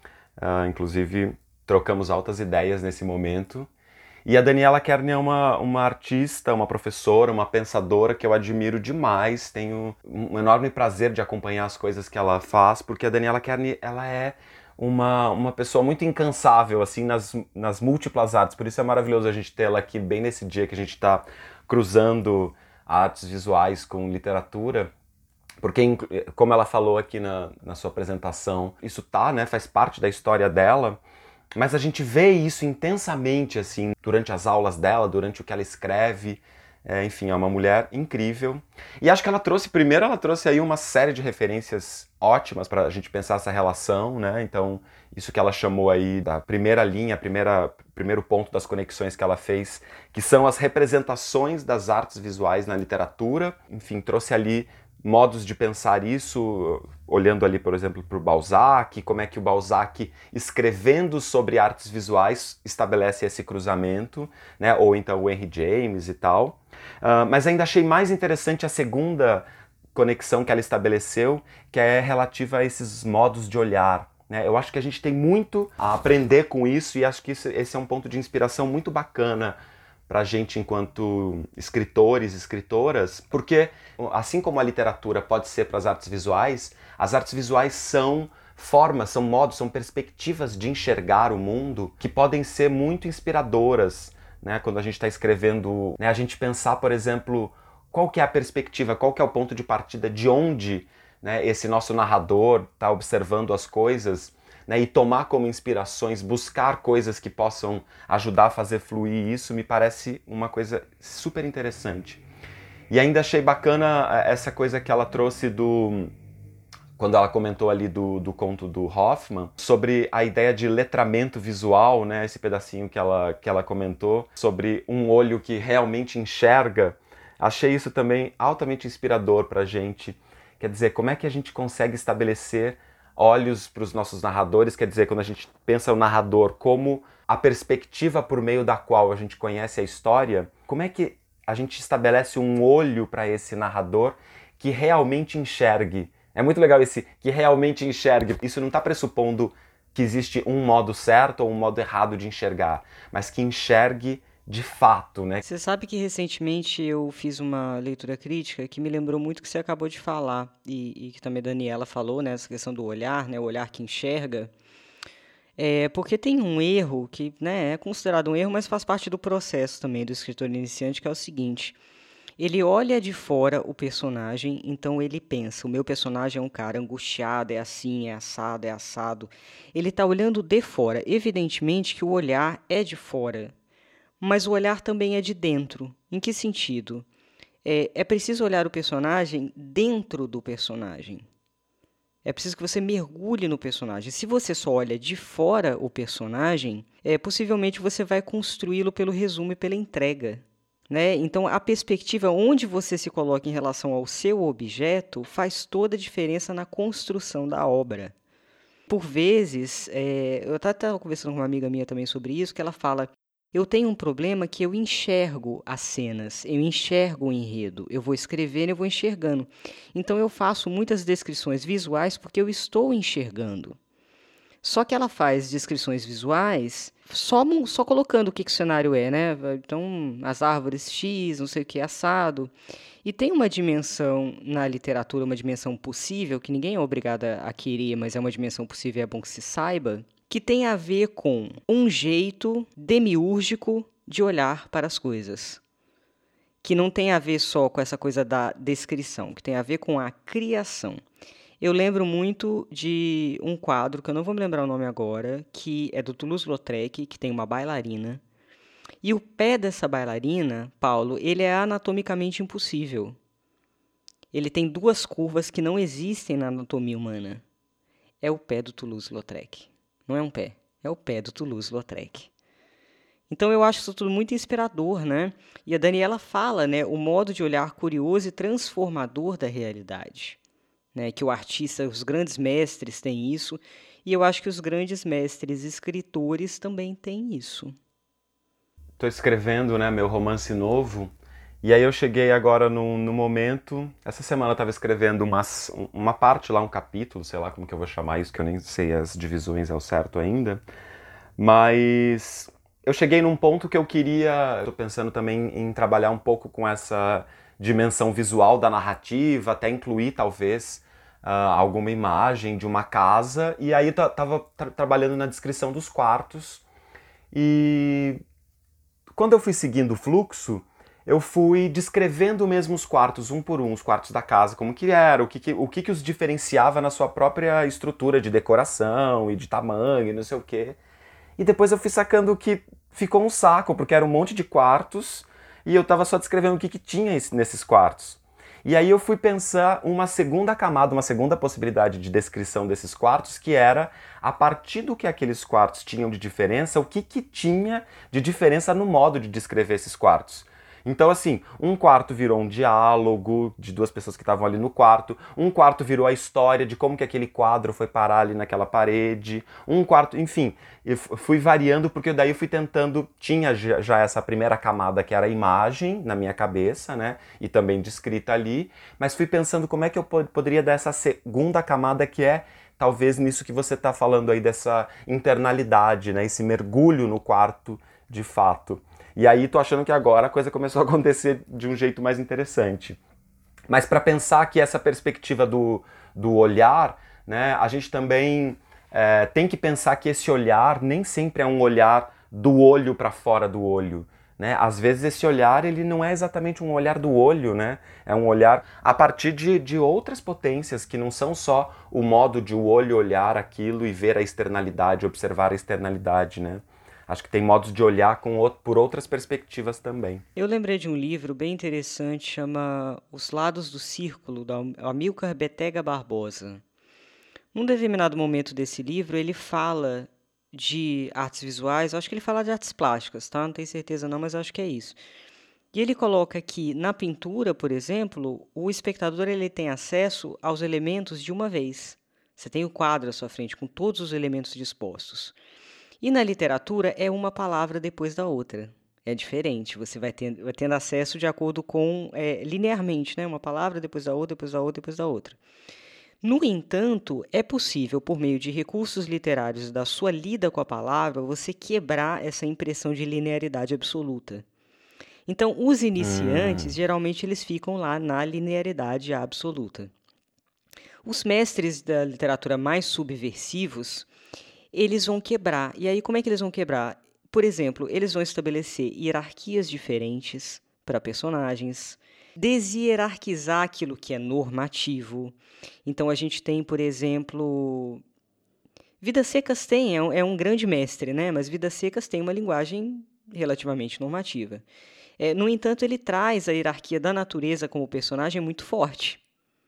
Uh, inclusive, trocamos altas ideias nesse momento. E a Daniela Kern é uma, uma artista, uma professora, uma pensadora que eu admiro demais. Tenho um enorme prazer de acompanhar as coisas que ela faz, porque a Daniela Kern, ela é uma, uma pessoa muito incansável, assim, nas, nas múltiplas artes. Por isso é maravilhoso a gente tê-la aqui bem nesse dia que a gente está cruzando artes visuais com literatura. Porque, como ela falou aqui na, na sua apresentação, isso tá, né, faz parte da história dela. Mas a gente vê isso intensamente, assim, durante as aulas dela, durante o que ela escreve. É, enfim, é uma mulher incrível. E acho que ela trouxe, primeiro ela trouxe aí uma série de referências ótimas para a gente pensar essa relação, né? Então, isso que ela chamou aí da primeira linha, primeira, primeiro ponto das conexões que ela fez, que são as representações das artes visuais na literatura. Enfim, trouxe ali modos de pensar isso, olhando ali, por exemplo, para o Balzac, como é que o Balzac, escrevendo sobre artes visuais, estabelece esse cruzamento, né? Ou então o Henry James e tal. Uh, mas ainda achei mais interessante a segunda conexão que ela estabeleceu, que é relativa a esses modos de olhar, né? Eu acho que a gente tem muito a aprender com isso e acho que isso, esse é um ponto de inspiração muito bacana para a gente enquanto escritores e escritoras, porque assim como a literatura pode ser para as artes visuais, as artes visuais são formas, são modos, são perspectivas de enxergar o mundo que podem ser muito inspiradoras, né? Quando a gente está escrevendo, né? A gente pensar, por exemplo, qual que é a perspectiva, qual que é o ponto de partida, de onde, né, esse nosso narrador está observando as coisas, né, e tomar como inspirações, buscar coisas que possam ajudar a fazer fluir isso, me parece uma coisa super interessante. E ainda achei bacana essa coisa que ela trouxe do... quando ela comentou ali do, do conto do Hoffman, sobre a ideia de letramento visual, né, esse pedacinho que ela, que ela comentou, sobre um olho que realmente enxerga. Achei isso também altamente inspirador pra gente. Quer dizer, como é que a gente consegue estabelecer olhos para os nossos narradores, quer dizer, quando a gente pensa o narrador como a perspectiva por meio da qual a gente conhece a história, como é que a gente estabelece um olho para esse narrador que realmente enxergue? É muito legal esse que realmente enxergue. Isso não está pressupondo que existe um modo certo ou um modo errado de enxergar, mas que enxergue de fato, né? Você sabe que recentemente eu fiz uma leitura crítica que me lembrou muito o que você acabou de falar e, e que também a Daniela falou, né? Essa questão do olhar, né? O olhar que enxerga. É, porque tem um erro que, né, é considerado um erro, mas faz parte do processo também do escritor iniciante, que é o seguinte: ele olha de fora o personagem, então ele pensa, o meu personagem é um cara angustiado, é assim, é assado, é assado. Ele está olhando de fora. Evidentemente que o olhar é de fora, mas o olhar também é de dentro. Em que sentido? É, é preciso olhar o personagem dentro do personagem. É preciso que você mergulhe no personagem. Se você só olha de fora o personagem, é, possivelmente você vai construí-lo pelo resumo e pela entrega, né? Então, a perspectiva onde você se coloca em relação ao seu objeto faz toda a diferença na construção da obra. Por vezes, é, eu estava conversando com uma amiga minha também sobre isso, que ela fala: eu tenho um problema que eu enxergo as cenas, eu enxergo o enredo, eu vou escrevendo, eu vou enxergando. Então eu faço muitas descrições visuais porque eu estou enxergando. Só que ela faz descrições visuais só, mo- só colocando o que, que o cenário é, né? Então, as árvores X, não sei o que, assado. E tem uma dimensão na literatura, uma dimensão possível, que ninguém é obrigado a a querer, mas é uma dimensão possível e é bom que se saiba, que tem a ver com um jeito demiúrgico de olhar para as coisas. Que não tem a ver só com essa coisa da descrição, que tem a ver com a criação. Eu lembro muito de um quadro, que eu não vou me lembrar o nome agora, que é do Toulouse-Lautrec, que tem uma bailarina. E o pé dessa bailarina, Paulo, ele é anatomicamente impossível. Ele tem duas curvas que não existem na anatomia humana. É o pé do Toulouse-Lautrec. Não é um pé, é o pé do Toulouse-Lautrec. Então eu acho isso tudo muito inspirador, né? E a Daniela fala, né, o modo de olhar curioso e transformador da realidade, né? Que o artista, os grandes mestres têm isso, e eu acho que os grandes mestres escritores também têm isso. Estou escrevendo, né, meu romance novo, e aí eu cheguei agora no, no momento. Essa semana eu estava escrevendo umas, uma parte lá, um capítulo, sei lá como que eu vou chamar isso, que eu nem sei as divisões ao certo ainda. Mas eu cheguei num ponto que eu queria. Estou pensando também em trabalhar um pouco com essa dimensão visual da narrativa, até incluir talvez ah, alguma imagem de uma casa. E aí eu estava tra trabalhando na descrição dos quartos. E quando eu fui seguindo o fluxo, eu fui descrevendo mesmo os quartos, um por um, os quartos da casa, como que era, o que, que, o que, que os diferenciava na sua própria estrutura de decoração e de tamanho e não sei o quê. E depois eu fui sacando que ficou um saco, porque era um monte de quartos e eu tava só descrevendo o que, que tinha nesses quartos. E aí eu fui pensar uma segunda camada, uma segunda possibilidade de descrição desses quartos, que era, a partir do que aqueles quartos tinham de diferença, o que, que tinha de diferença no modo de descrever esses quartos. Então, assim, um quarto virou um diálogo de duas pessoas que estavam ali no quarto, um quarto virou a história de como que aquele quadro foi parar ali naquela parede, um quarto, enfim, eu fui variando porque daí eu fui tentando, tinha já essa primeira camada que era a imagem na minha cabeça, né, e também descrita ali, mas fui pensando como é que eu poderia dar essa segunda camada que é talvez nisso que você está falando aí, dessa internalidade, né, esse mergulho no quarto de fato. E aí tô achando que agora a coisa começou a acontecer de um jeito mais interessante. Mas para pensar que essa perspectiva do, do olhar, né, a gente também é, tem que pensar que esse olhar nem sempre é um olhar do olho para fora do olho. Né? Às vezes esse olhar ele não é exatamente um olhar do olho, né? É um olhar a partir de, de outras potências que não são só o modo de o olho olhar aquilo e ver a externalidade, observar a externalidade, né? Acho que tem modos de olhar com, por outras perspectivas também. Eu lembrei de um livro bem interessante, chama Os Lados do Círculo, da Amílcar Betega Barbosa. Num determinado momento desse livro, ele fala de artes visuais, acho que ele fala de artes plásticas, tá? Não tenho certeza não, mas acho que é isso. E ele coloca que, na pintura, por exemplo, o espectador ele tem acesso aos elementos de uma vez. Você tem o quadro à sua frente com todos os elementos dispostos. E na literatura é uma palavra depois da outra. É diferente, você vai tendo, vai tendo acesso de acordo com, é, linearmente, né? Uma palavra depois da outra, depois da outra, depois da outra. No entanto, é possível, por meio de recursos literários da sua lida com a palavra, você quebrar essa impressão de linearidade absoluta. Então, os iniciantes, Hum. geralmente, eles ficam lá na linearidade absoluta. Os mestres da literatura mais subversivos, eles vão quebrar. E aí, como é que eles vão quebrar? Por exemplo, eles vão estabelecer hierarquias diferentes para personagens, deshierarquizar aquilo que é normativo. Então, a gente tem, por exemplo... Vidas Secas tem, é um, é um grande mestre, né? Mas Vidas Secas tem uma linguagem relativamente normativa. É, no entanto, ele traz a hierarquia da natureza como personagem muito forte.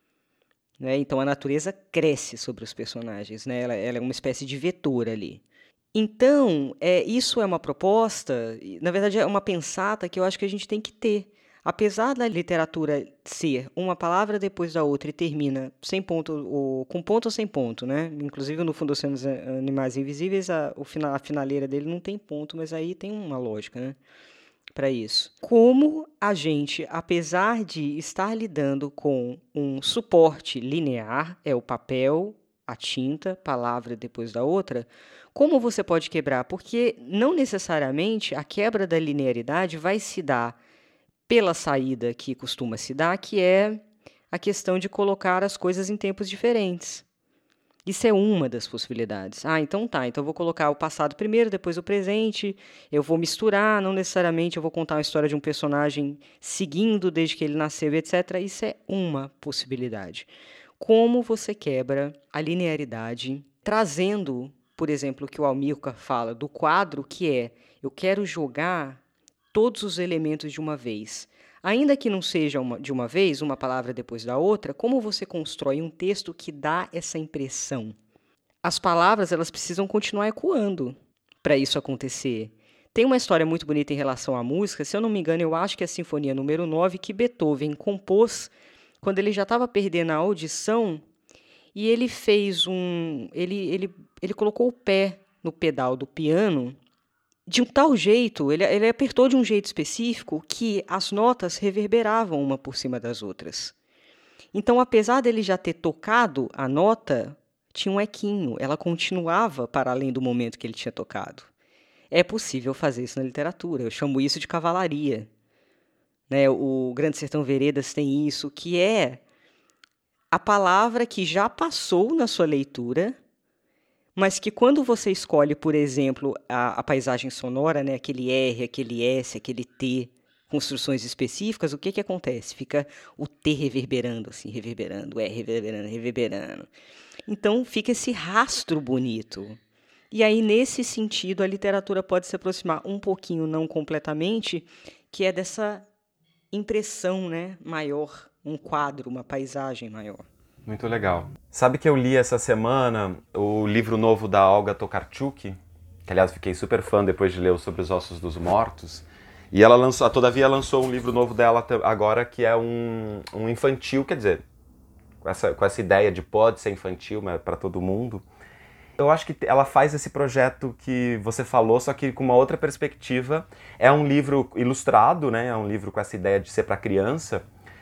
Né? Então, a natureza cresce sobre os personagens, né? ela, ela é uma espécie de vetor ali. Então, é, isso é uma proposta, na verdade é uma pensata que eu acho que a gente tem que ter. Apesar da literatura ser uma palavra depois da outra e termina sem ponto, ou, com ponto ou sem ponto, né? Inclusive no Fundo dos Animais Invisíveis, a, o final, a finaleira dele não tem ponto, mas aí tem uma lógica, né? Para isso. Como a gente, apesar de estar lidando com um suporte linear, é o papel, a tinta, palavra depois da outra, como você pode quebrar? Porque não necessariamente a quebra da linearidade vai se dar pela saída que costuma se dar, que é a questão de colocar as coisas em tempos diferentes. Isso é uma das possibilidades. Ah, então tá, então eu vou colocar o passado primeiro, depois o presente, eu vou misturar, não necessariamente eu vou contar a história de um personagem seguindo desde que ele nasceu, etcétera. Isso é uma possibilidade. Como você quebra a linearidade, trazendo, por exemplo, o que o Amilcar fala do quadro, que é, eu quero jogar todos os elementos de uma vez. Ainda que não seja uma, de uma vez, uma palavra depois da outra, como você constrói um texto que dá essa impressão? As palavras elas precisam continuar ecoando para isso acontecer. Tem uma história muito bonita em relação à música, se eu não me engano, eu acho que é a Sinfonia número nove, que Beethoven compôs quando ele já estava perdendo a audição, e ele fez um... Ele, ele, ele colocou o pé no pedal do piano de um tal jeito, ele, ele apertou de um jeito específico que as notas reverberavam uma por cima das outras. Então, apesar dele já ter tocado a nota, tinha um equinho, ela continuava para além do momento que ele tinha tocado. É possível fazer isso na literatura, eu chamo isso de cavalaria. Né? O Grande Sertão Veredas tem isso, que é a palavra que já passou na sua leitura, mas que quando você escolhe, por exemplo, a, a paisagem sonora, né, aquele R, aquele S, aquele T, construções específicas, o que, que acontece? Fica o T reverberando, assim, reverberando, o R reverberando, reverberando. Então, fica esse rastro bonito. E aí, nesse sentido, a literatura pode se aproximar um pouquinho, não completamente, que é dessa impressão, né, maior, um quadro, uma paisagem maior. Muito legal. Sabe que eu li essa semana o livro novo da Olga Tokarczuk, que aliás fiquei super fã depois de ler o Sobre os Ossos dos Mortos, e ela lançou, a Todavia lançou um livro novo dela agora que é um, um infantil, quer dizer, com essa, com essa ideia de pode ser infantil, mas para todo mundo. Eu acho que ela faz esse projeto que você falou, só que com uma outra perspectiva. É um livro ilustrado, né? É um livro com essa ideia de ser para criança.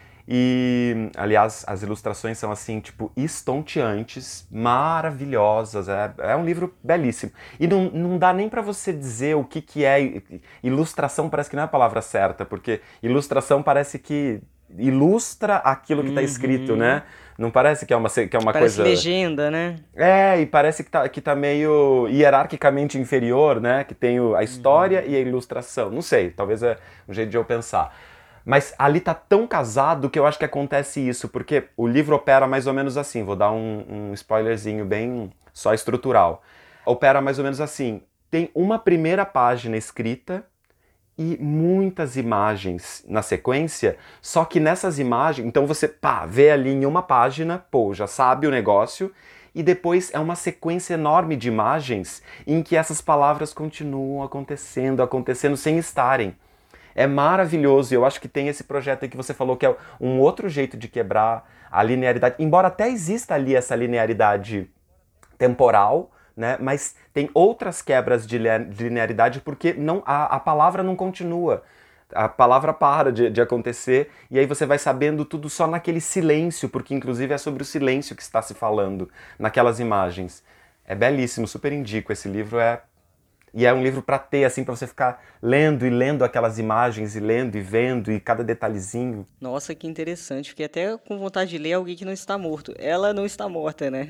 E, aliás, as ilustrações são assim, tipo, estonteantes, maravilhosas, é, é um livro belíssimo. E não, não dá nem para você dizer o que, que é ilustração, parece que não é a palavra certa, porque ilustração parece que ilustra aquilo que está Uhum. escrito, né? Não parece que é uma, que é uma Parece coisa... legenda, né? É, e parece que tá, que tá meio hierarquicamente inferior, né? Que tem o- a história e a ilustração. Não sei, talvez é um jeito de eu pensar. Mas ali tá tão casado que eu acho que acontece isso, porque o livro opera mais ou menos assim, vou dar um, um spoilerzinho bem só estrutural. Opera mais ou menos assim, tem uma primeira página escrita e muitas imagens na sequência, só que nessas imagens, então você pá, vê ali em uma página, pô, já sabe o negócio, e depois é uma sequência enorme de imagens em que essas palavras continuam acontecendo, acontecendo sem estarem. É maravilhoso, e eu acho que tem esse projeto aí que você falou que é um outro jeito de quebrar a linearidade, embora até exista ali essa linearidade temporal, né? Mas tem outras quebras de linearidade porque não, a, a palavra não continua. A palavra para de, de acontecer e aí você vai sabendo tudo só naquele silêncio, porque inclusive é sobre o silêncio que está se falando naquelas imagens. É belíssimo, super indico. Esse livro é... E é um livro para ter, assim, para você ficar lendo e lendo aquelas imagens, e lendo e vendo, e cada detalhezinho. Nossa, que interessante. Fiquei até com vontade de ler Alguém que Não Está Morto. Ela não está morta, né?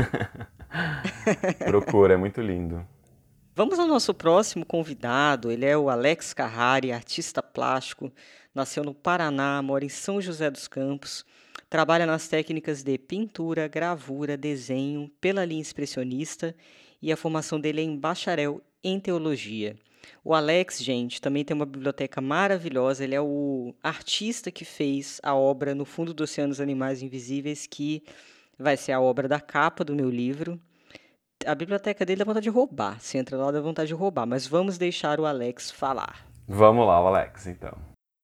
Procura, é muito lindo. Vamos ao nosso próximo convidado. Ele é o Alex Carrari, artista plástico. Nasceu no Paraná, mora em São José dos Campos. Trabalha nas técnicas de pintura, gravura, desenho, pela linha expressionista. E a formação dele é em bacharel em teologia. O Alex, gente, também tem uma biblioteca maravilhosa. Ele é o artista que fez a obra No Fundo do Oceano dos Animais Invisíveis, que vai ser a obra da capa do meu livro. A biblioteca dele dá vontade de roubar. Se entra lá, dá vontade de roubar. Mas vamos deixar o Alex falar. Vamos lá, o Alex, então.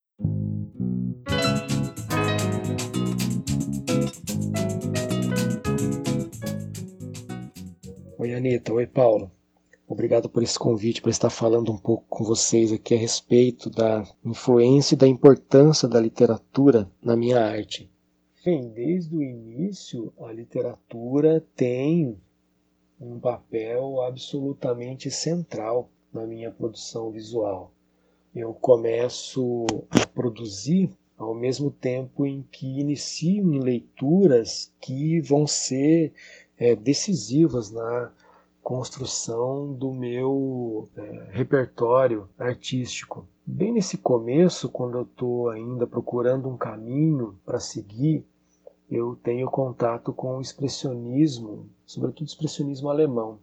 Oi, Anitta. Oi, Paulo. Obrigado por esse convite para estar falando um pouco com vocês aqui a respeito da influência e da importância da literatura na minha arte. Bem, desde o início, a literatura tem um papel absolutamente central na minha produção visual. Eu começo a produzir ao mesmo tempo em que inicio em leituras que vão ser é, decisivas na construção do meu é, repertório artístico. Bem nesse começo, quando eu estou ainda procurando um caminho para seguir, eu tenho contato com o expressionismo, sobretudo o expressionismo alemão.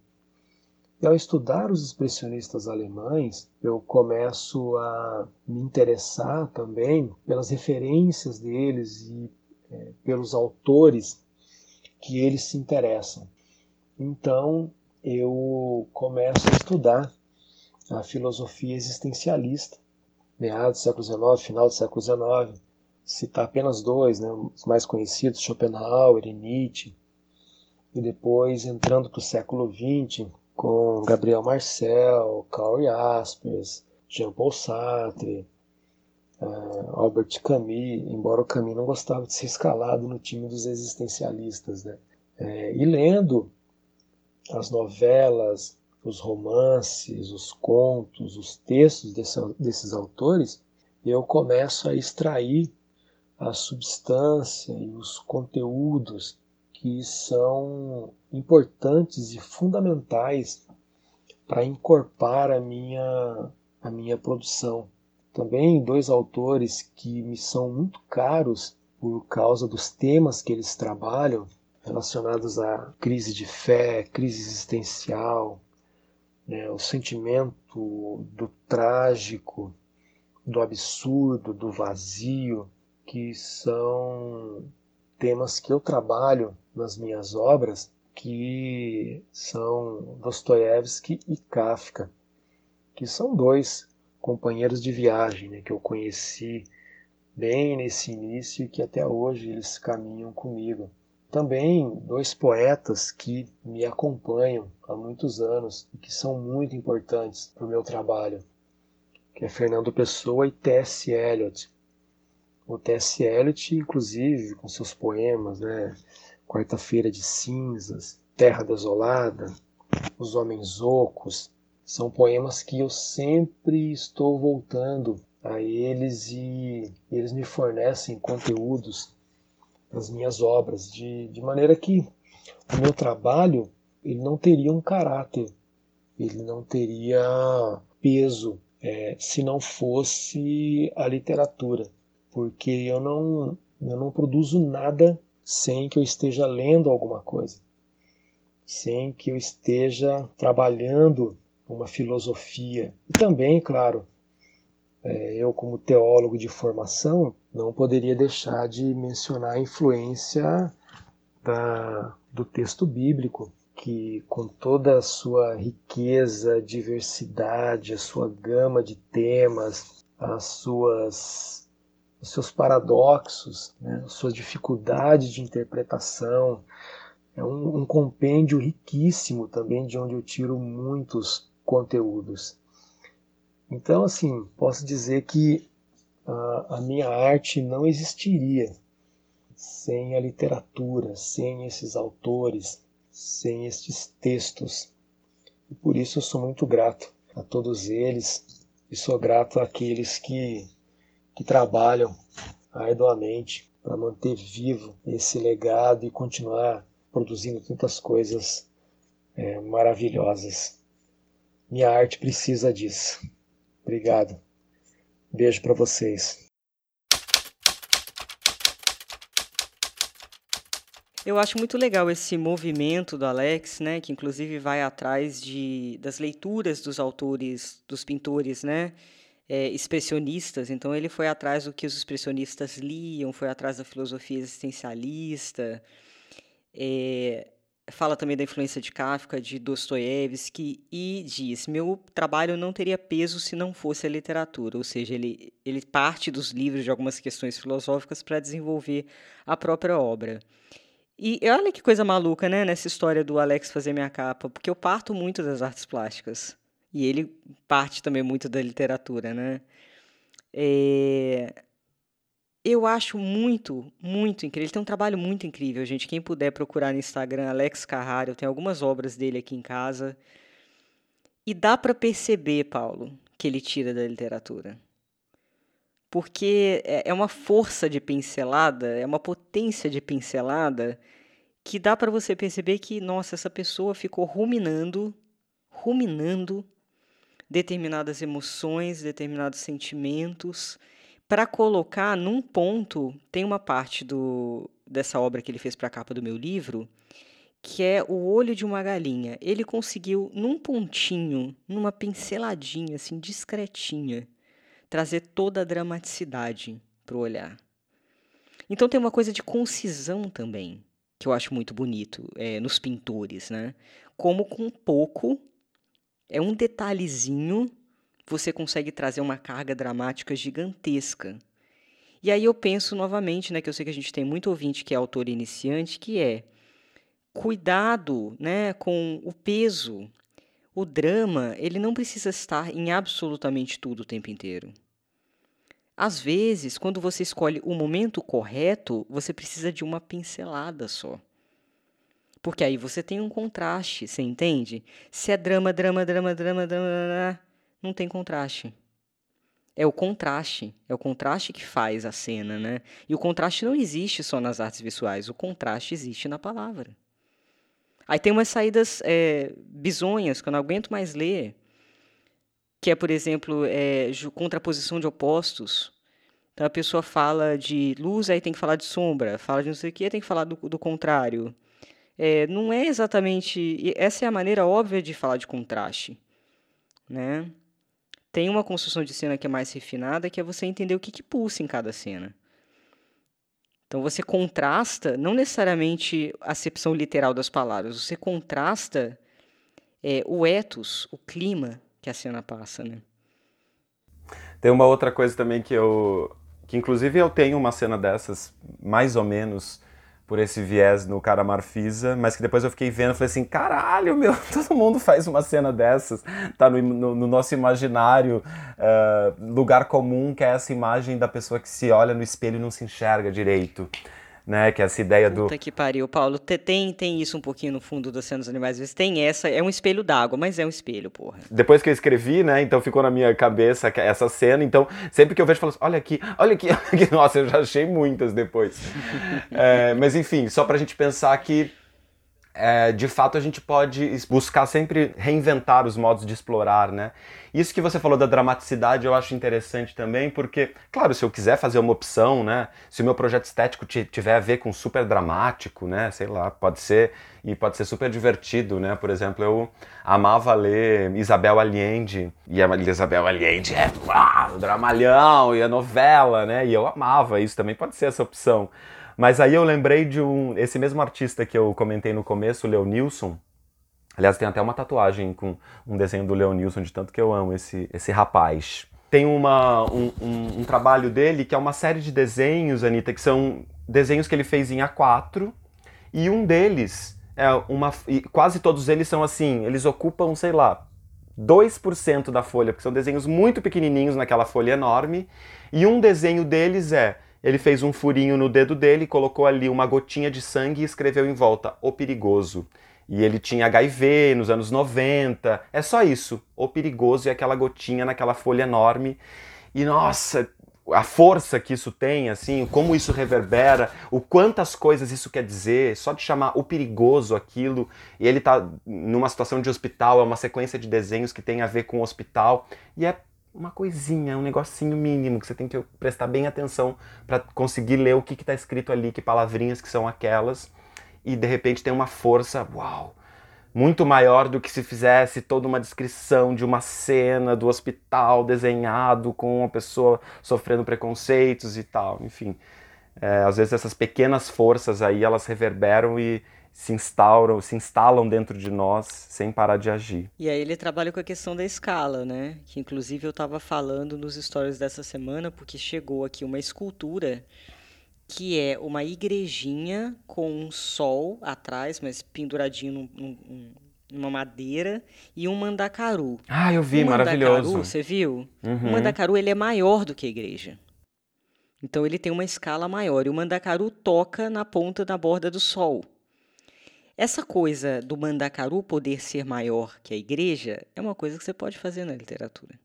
E ao estudar os expressionistas alemães, eu começo a me interessar também pelas referências deles e é, pelos autores que eles se interessam. Então eu começo a estudar a filosofia existencialista, meados do século dezenove, final do século dezenove, citar apenas dois, né, os mais conhecidos, Schopenhauer e Nietzsche, e depois entrando para o século vinte, com Gabriel Marcel, Karl Jaspers, Jean-Paul Sartre, uh, Albert Camus, embora o Camus não gostava de ser escalado no time dos existencialistas, né? É, e lendo as novelas, os romances, os contos, os textos desse, desses autores, eu começo a extrair a substância e os conteúdos que são importantes e fundamentais para encorpar a minha, a minha produção. Também dois autores que me são muito caros por causa dos temas que eles trabalham, relacionados à crise de fé, crise existencial, né, o sentimento do trágico, do absurdo, do vazio, que são temas que eu trabalho nas minhas obras, que são Dostoiévski e Kafka, que são dois companheiros de viagem, né, que eu conheci bem nesse início e que até hoje eles caminham comigo. Também dois poetas que me acompanham há muitos anos e que são muito importantes para o meu trabalho, que é Fernando Pessoa e T S Eliot. O T S Eliot, inclusive, com seus poemas, né? Quarta-feira de Cinzas, Terra Desolada, Os Homens Ocos, são poemas que eu sempre estou voltando a eles e eles me fornecem conteúdos para as minhas obras, de, de maneira que o meu trabalho ele não teria um caráter, ele não teria peso é, se não fosse a literatura. Porque eu não, eu não produzo nada sem que eu esteja lendo alguma coisa, sem que eu esteja trabalhando uma filosofia. E também, claro, eu como teólogo de formação não poderia deixar de mencionar a influência da, do texto bíblico, que com toda a sua riqueza, diversidade, a sua gama de temas, as suas os seus paradoxos, né, a sua dificuldade de interpretação. É um, um compêndio riquíssimo também, de onde eu tiro muitos conteúdos. Então, assim, posso dizer que a, a minha arte não existiria sem a literatura, sem esses autores, sem estes textos. E por isso eu sou muito grato a todos eles e sou grato àqueles que que trabalham arduamente para manter vivo esse legado e continuar produzindo tantas coisas é, maravilhosas. Minha arte precisa disso. Obrigado. Beijo para vocês. Eu acho muito legal esse movimento do Alex, né, que inclusive vai atrás de, das leituras dos autores, dos pintores, né, É, expressionistas. Então ele foi atrás do que os expressionistas liam, foi atrás da filosofia existencialista, é, fala também da influência de Kafka, de Dostoiévski, e diz: meu trabalho não teria peso se não fosse a literatura, ou seja, ele, ele parte dos livros de algumas questões filosóficas para desenvolver a própria obra. E olha que coisa maluca, né, nessa história do Alex fazer minha capa, porque eu parto muito das artes plásticas. E ele parte também muito da literatura, né? É... Eu acho muito, muito incrível. Ele tem um trabalho muito incrível, gente. Quem puder procurar no Instagram, Alex Carrara, eu tenho algumas obras dele aqui em casa. E dá para perceber, Paulo, que ele tira da literatura. Porque é é uma força de pincelada, é uma potência de pincelada que dá para você perceber que, nossa, essa pessoa ficou ruminando, ruminando determinadas emoções, determinados sentimentos, para colocar num ponto. Tem uma parte do, dessa obra que ele fez para a capa do meu livro, que é o olho de uma galinha. Ele conseguiu, num pontinho, numa pinceladinha, assim, discretinha, trazer toda a dramaticidade para o olhar. Então tem uma coisa de concisão também, que eu acho muito bonito é, nos pintores, né? Como com pouco, é um detalhezinho, você consegue trazer uma carga dramática gigantesca. E aí eu penso novamente, né, que eu sei que a gente tem muito ouvinte que é autor iniciante, que é cuidado, né, com o peso. O drama, ele não precisa estar em absolutamente tudo o tempo inteiro. Às vezes, quando você escolhe o momento correto, você precisa de uma pincelada só. Porque aí você tem um contraste, você entende? Se é drama, drama, drama, drama, drama, não tem contraste. É o contraste, é o contraste que faz a cena, né? E o contraste não existe só nas artes visuais, o contraste existe na palavra. Aí tem umas saídas é, bizonhas que eu não aguento mais ler, que é, por exemplo, é, contraposição de opostos. Então a pessoa fala de luz, aí tem que falar de sombra, fala de não sei o que, tem que falar do, do contrário. É, não é exatamente... Essa é a maneira óbvia de falar de contraste, né? Tem uma construção de cena que é mais refinada, que é você entender o que, que pulsa em cada cena. Então você contrasta, não necessariamente a acepção literal das palavras, você contrasta é, o ethos, o clima que a cena passa, né? Tem uma outra coisa também que eu... que inclusive eu tenho uma cena dessas, mais ou menos por esse viés no Cara Marfisa, mas que depois eu fiquei vendo e falei assim, caralho, meu, todo mundo faz uma cena dessas, tá no, no, no nosso imaginário, uh, lugar comum, que é essa imagem da pessoa que se olha no espelho e não se enxerga direito. Né, que é essa ideia do... Puta que pariu, Paulo. Tem, tem isso um pouquinho no fundo das cenas dos animais. Às vezes tem essa, é um espelho d'água, mas é um espelho, porra. Depois que eu escrevi, né, então ficou na minha cabeça essa cena, então sempre que eu vejo, eu falo assim, olha aqui, olha aqui, olha aqui. Nossa, eu já achei muitas depois. é, mas enfim, só pra gente pensar que É, de fato a gente pode buscar sempre reinventar os modos de explorar, né? Isso que você falou da dramaticidade eu acho interessante também, porque, claro, se eu quiser fazer uma opção, né? Se o meu projeto estético tiver a ver com super dramático, né? Sei lá, pode ser, e pode ser super divertido, né? Por exemplo, eu amava ler Isabel Allende, e a Isabel Allende é uau, o dramalhão e a novela, né? E eu amava isso, também pode ser essa opção. Mas aí eu lembrei de um, esse mesmo artista que eu comentei no começo, o Leonilson. Aliás, tem até uma tatuagem com um desenho do Leonilson, de tanto que eu amo esse, esse rapaz. Tem uma, um, um, um trabalho dele que é uma série de desenhos, Anitta, que são desenhos que ele fez em A quatro, e um deles, é uma, e quase todos eles são assim, eles ocupam, sei lá, dois por cento da folha, porque são desenhos muito pequenininhos naquela folha enorme, e um desenho deles é... Ele fez um furinho no dedo dele, colocou ali uma gotinha de sangue e escreveu em volta, O Perigoso. E ele tinha H I V nos anos noventa, é só isso, O Perigoso e aquela gotinha naquela folha enorme. E nossa, a força que isso tem, assim, como isso reverbera, o quantas coisas isso quer dizer, só de chamar O Perigoso aquilo, e ele tá numa situação de hospital, é uma sequência de desenhos que tem a ver com o hospital, e é uma coisinha, um negocinho mínimo que você tem que prestar bem atenção para conseguir ler o que está escrito ali, que palavrinhas que são aquelas, e de repente tem uma força, uau, muito maior do que se fizesse toda uma descrição de uma cena do hospital desenhado com uma pessoa sofrendo preconceitos e tal, enfim. É, às vezes essas pequenas forças aí, elas reverberam e se instauram, se instalam dentro de nós sem parar de agir. E aí ele trabalha com a questão da escala, né? Que inclusive eu estava falando nos stories dessa semana, porque chegou aqui uma escultura que é uma igrejinha com um sol atrás, mas penduradinho num, num, numa madeira, e um mandacaru. Ah, eu vi, o maravilhoso. Mandacaru, você viu? Uhum. O mandacaru, ele é maior do que a igreja. Então ele tem uma escala maior e o Mandacaru toca na ponta da borda do sol. Essa coisa do Mandacaru poder ser maior que a igreja é uma coisa que você pode fazer na literatura.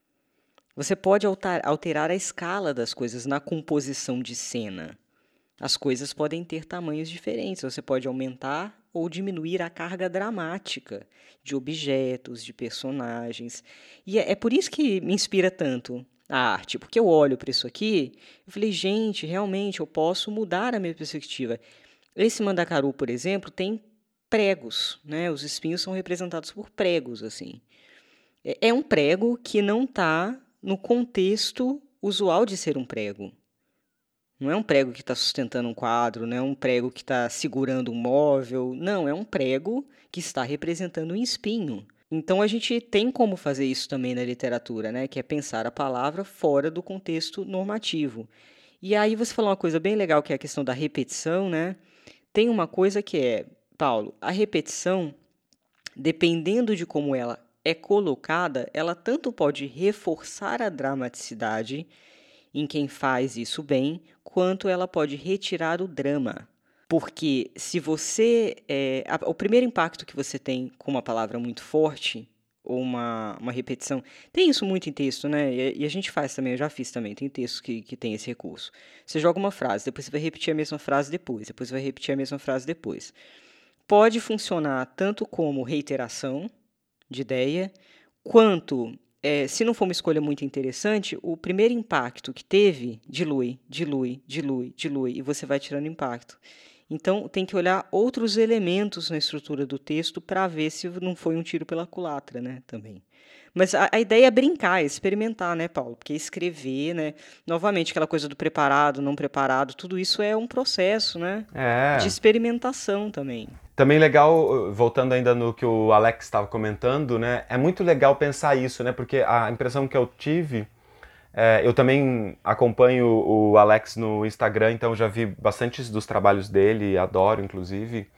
Você pode alterar a escala das coisas na composição de cena. As coisas podem ter tamanhos diferentes. Você pode aumentar ou diminuir a carga dramática de objetos, de personagens. E é, é por isso que me inspira tanto a arte, porque eu olho para isso aqui e falei, gente, realmente eu posso mudar a minha perspectiva. Esse Mandacaru, por exemplo, tem pregos, né? Os espinhos são representados por pregos, assim. É, é um prego que não está no contexto usual de ser um prego. Não é um prego que está sustentando um quadro, não é um prego que está segurando um móvel. Não, é um prego que está representando um espinho. Então, a gente tem como fazer isso também na literatura, né? Que é pensar a palavra fora do contexto normativo. E aí você falou uma coisa bem legal, que é a questão da repetição, né? Tem uma coisa que é, Paulo, a repetição, dependendo de como ela é colocada, ela tanto pode reforçar a dramaticidade em quem faz isso bem, quanto ela pode retirar o drama. Porque se você... É, a, o primeiro impacto que você tem com uma palavra muito forte, ou uma, uma repetição... Tem isso muito em texto, né? E, e a gente faz também, eu já fiz também, tem textos que, que tem esse recurso. Você joga uma frase, depois você vai repetir a mesma frase depois, depois você vai repetir a mesma frase depois. Pode funcionar tanto como reiteração de ideia, quanto... É, se não for uma escolha muito interessante, o primeiro impacto que teve, dilui, dilui, dilui, dilui, e você vai tirando impacto. Então, tem que olhar outros elementos na estrutura do texto para ver se não foi um tiro pela culatra, né, também. Mas a, a ideia é brincar, é experimentar, né, Paulo? Porque escrever, né, novamente, aquela coisa do preparado, não preparado, tudo isso é um processo, né, É. de experimentação também. Também legal, voltando ainda no que o Alex estava comentando, né? É muito legal pensar isso, né? Porque a impressão que eu tive, é, eu também acompanho o Alex no Instagram, então já vi bastantes dos trabalhos dele, adoro inclusive.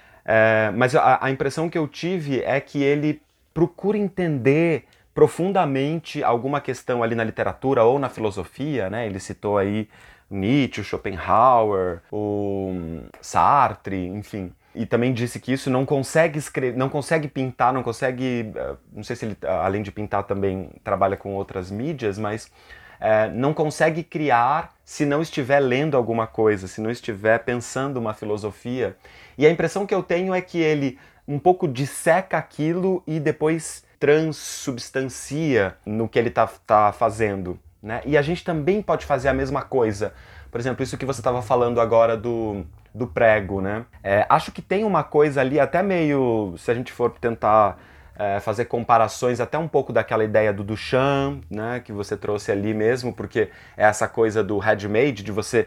É, mas a, a impressão que eu tive é que ele procura entender profundamente alguma questão ali na literatura ou na filosofia, né? Ele citou aí Nietzsche, o Schopenhauer, o Sartre, enfim. E também disse que isso não consegue escrever, não consegue pintar, não consegue, não sei se ele, além de pintar, também trabalha com outras mídias, mas é, não consegue criar se não estiver lendo alguma coisa, se não estiver pensando uma filosofia. E a impressão que eu tenho é que ele um pouco disseca aquilo e depois transubstancia no que ele está tá fazendo, né? E a gente também pode fazer a mesma coisa. Por exemplo, isso que você estava falando agora do... do prego, né? É, acho que tem uma coisa ali, até meio, se a gente for tentar é, fazer comparações, até um pouco daquela ideia do Duchamp, né? Que você trouxe ali mesmo, porque é essa coisa do handmade, de você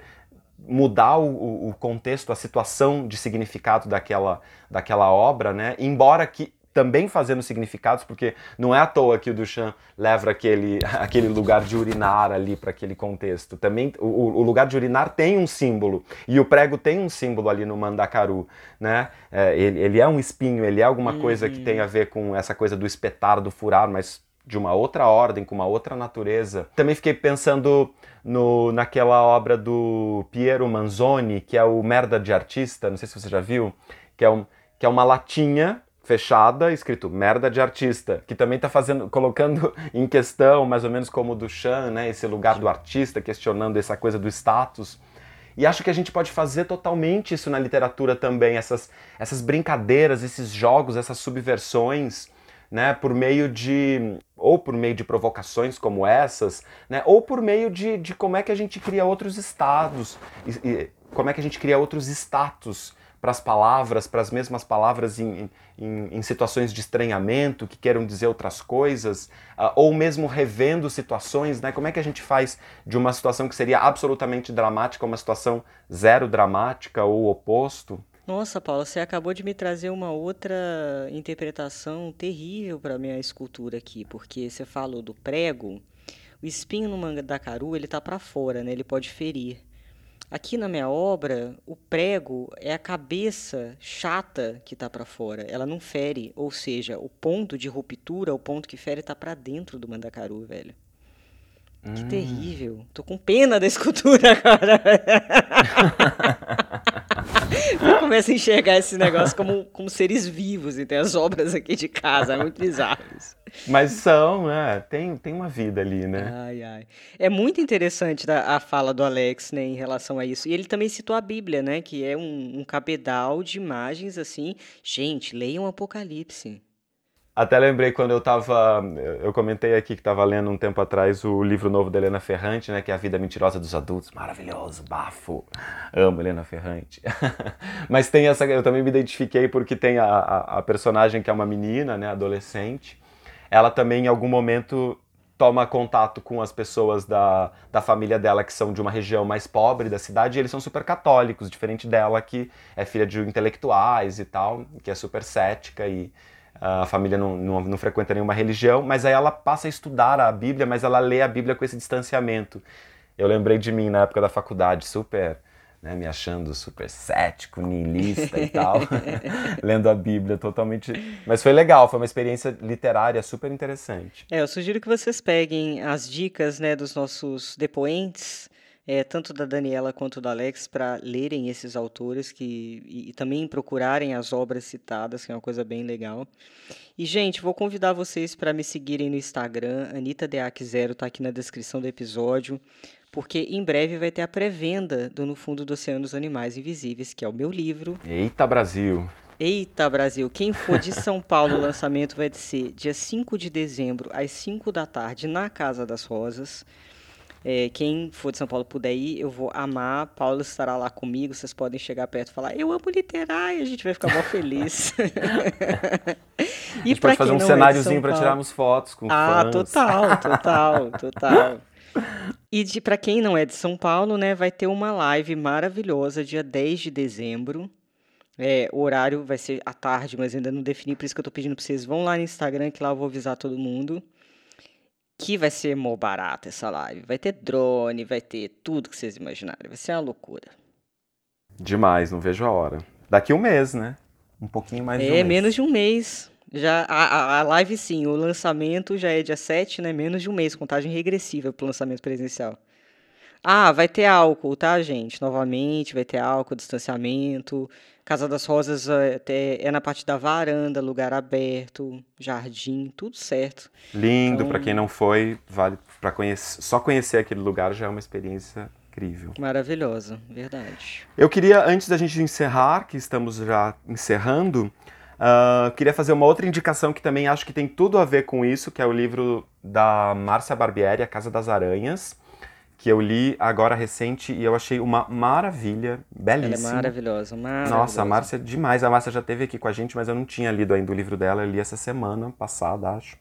mudar o, o contexto, a situação de significado daquela, daquela obra, né? Embora que também fazendo significados, porque não é à toa que o Duchamp leva aquele, aquele lugar de urinar ali para aquele contexto. Também o, o lugar de urinar tem um símbolo, e o prego tem um símbolo ali no Mandacaru, né? É, ele, ele é um espinho, ele é alguma Uhum. coisa que tem a ver com essa coisa do espetar, do furar, mas de uma outra ordem, com uma outra natureza. Também fiquei pensando no, naquela obra do Piero Manzoni, que é o Merda de Artista, não sei se você já viu, que é, um, que é uma latinha fechada, escrito merda de artista, que também está fazendo, colocando em questão, mais ou menos como o Duchamp, né, esse lugar do artista, questionando essa coisa do status. E acho que a gente pode fazer totalmente isso na literatura também, essas, essas brincadeiras, esses jogos, essas subversões, né, por meio de, ou por meio de provocações como essas, né, ou por meio de, de como é que a gente cria outros estados, e, e, como é que a gente cria outros status para as palavras, para as mesmas palavras em, em, em situações de estranhamento, que queiram dizer outras coisas, uh, ou mesmo revendo situações, né? Como é que a gente faz de uma situação que seria absolutamente dramática uma situação zero dramática ou o oposto? Nossa, Paula, você acabou de me trazer uma outra interpretação terrível para a minha escultura aqui, porque você falou do prego, o espinho no Mandacaru, ele tá para fora, né? Ele pode ferir. Aqui na minha obra, o prego é a cabeça chata que está para fora, ela não fere, ou seja, o ponto de ruptura, o ponto que fere está para dentro do Mandacaru, velho. Que hum. terrível. Tô com pena da escultura agora. Eu começo a enxergar esse negócio como, como seres vivos, e tem as obras aqui de casa, é muito bizarro isso. Mas são, né? Tem, tem uma vida ali, né? Ai, ai. É muito interessante a, a fala do Alex, né, em relação a isso. E ele também citou a Bíblia, né, que é um, um cabedal de imagens, assim. Gente, leiam o Apocalipse. Até lembrei quando eu tava, eu comentei aqui que estava lendo um tempo atrás o livro novo da Helena Ferrante, né, que é A Vida Mentirosa dos Adultos, maravilhoso, bafo, amo Helena Ferrante. Mas tem essa, eu também me identifiquei porque tem a, a, a personagem que é uma menina, né, adolescente, ela também em algum momento toma contato com as pessoas da, da família dela que são de uma região mais pobre da cidade e eles são super católicos, diferente dela que é filha de intelectuais e tal, que é super cética e a família não, não, não frequenta nenhuma religião, mas aí ela passa a estudar a Bíblia, mas ela lê a Bíblia com esse distanciamento. Eu lembrei de mim na época da faculdade, super, né, me achando super cético, niilista e tal, lendo a Bíblia totalmente... Mas foi legal, foi uma experiência literária super interessante. É, eu sugiro que vocês peguem as dicas, né, dos nossos depoentes, É, tanto da Daniela quanto do Alex, para lerem esses autores que, e, e também procurarem as obras citadas, que é uma coisa bem legal. E, gente, vou convidar vocês para me seguirem no Instagram, Anitta Deac Zero, tá aqui na descrição do episódio, porque em breve vai ter a pré-venda do No Fundo do Oceano dos Animais Invisíveis, que é o meu livro. Eita, Brasil! Eita, Brasil! Quem for de São Paulo, o lançamento vai ser dia cinco de dezembro, às cinco da tarde, na Casa das Rosas. É, quem for de São Paulo puder ir, eu vou amar. Paulo estará lá comigo. Vocês podem chegar perto e falar: eu amo literar, e a gente vai ficar mó feliz. E a gente pode fazer um cenáriozinho é para tirarmos fotos com ah, fãs. total, total, total. E de, para quem não é de São Paulo, né, vai ter uma live maravilhosa dia dez de dezembro. É, o horário vai ser à tarde, mas ainda não defini, por isso que eu tô pedindo para vocês vão lá no Instagram, que lá eu vou avisar todo mundo. Que vai ser mó barato essa live. Vai ter drone, vai ter tudo que vocês imaginarem. Vai ser uma loucura. Demais, não vejo a hora. Daqui um mês, né? Um pouquinho mais de um É, mês. menos de um mês. Já, a, a, a live sim, o lançamento já é dia sete, né? Menos de um mês, contagem regressiva pro lançamento presencial. Ah, vai ter álcool, tá, gente? Novamente, vai ter álcool, distanciamento. Casa das Rosas é, é na parte da varanda, lugar aberto, jardim, tudo certo. Lindo, então, para quem não foi, vale para conhecer, só conhecer aquele lugar já é uma experiência incrível. Maravilhosa, verdade. Eu queria, antes da gente encerrar, que estamos já encerrando, uh, queria fazer uma outra indicação que também acho que tem tudo a ver com isso, que é o livro da Márcia Barbieri, A Casa das Aranhas, que eu li agora recente e eu achei uma maravilha, belíssima. Ela é maravilhosa, maravilhosa. Nossa, a Márcia é demais. A Márcia já esteve aqui com a gente, mas eu não tinha lido ainda o livro dela. Eu li essa semana passada, acho.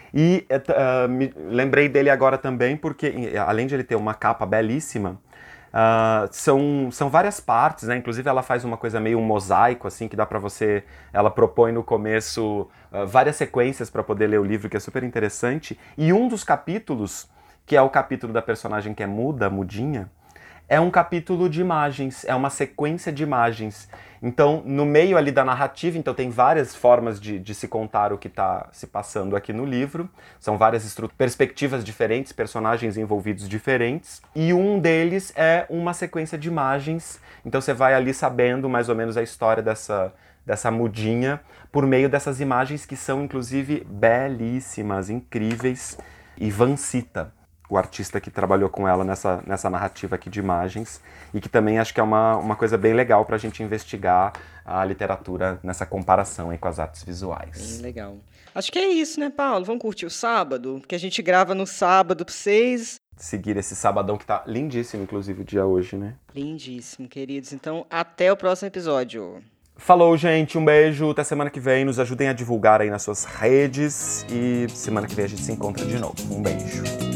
E uh, me lembrei dele agora também porque, além de ele ter uma capa belíssima, uh, são, são várias partes, né? Inclusive ela faz uma coisa meio um mosaico, assim, que dá pra você... Ela propõe no começo uh, várias sequências para poder ler o livro, que é super interessante. E um dos capítulos... que é o capítulo da personagem que é muda, mudinha, é um capítulo de imagens, é uma sequência de imagens. Então, no meio ali da narrativa, então tem várias formas de, de se contar o que está se passando aqui no livro, são várias perspectivas diferentes, personagens envolvidos diferentes, e um deles é uma sequência de imagens, então você vai ali sabendo mais ou menos a história dessa, dessa mudinha, por meio dessas imagens que são, inclusive, belíssimas, incríveis, e Vancita, o artista que trabalhou com ela nessa, nessa narrativa aqui de imagens, e que também acho que é uma, uma coisa bem legal para a gente investigar a literatura nessa comparação aí com as artes visuais. Bem legal. Acho que é isso, né, Paulo? Vamos curtir o sábado? Porque a gente grava no sábado para vocês. Seguir esse sabadão que tá lindíssimo, inclusive, o dia hoje, né? Lindíssimo, queridos. Então, até o próximo episódio. Falou, gente. Um beijo. Até semana que vem. Nos ajudem a divulgar aí nas suas redes. E semana que vem a gente se encontra de novo. Um beijo.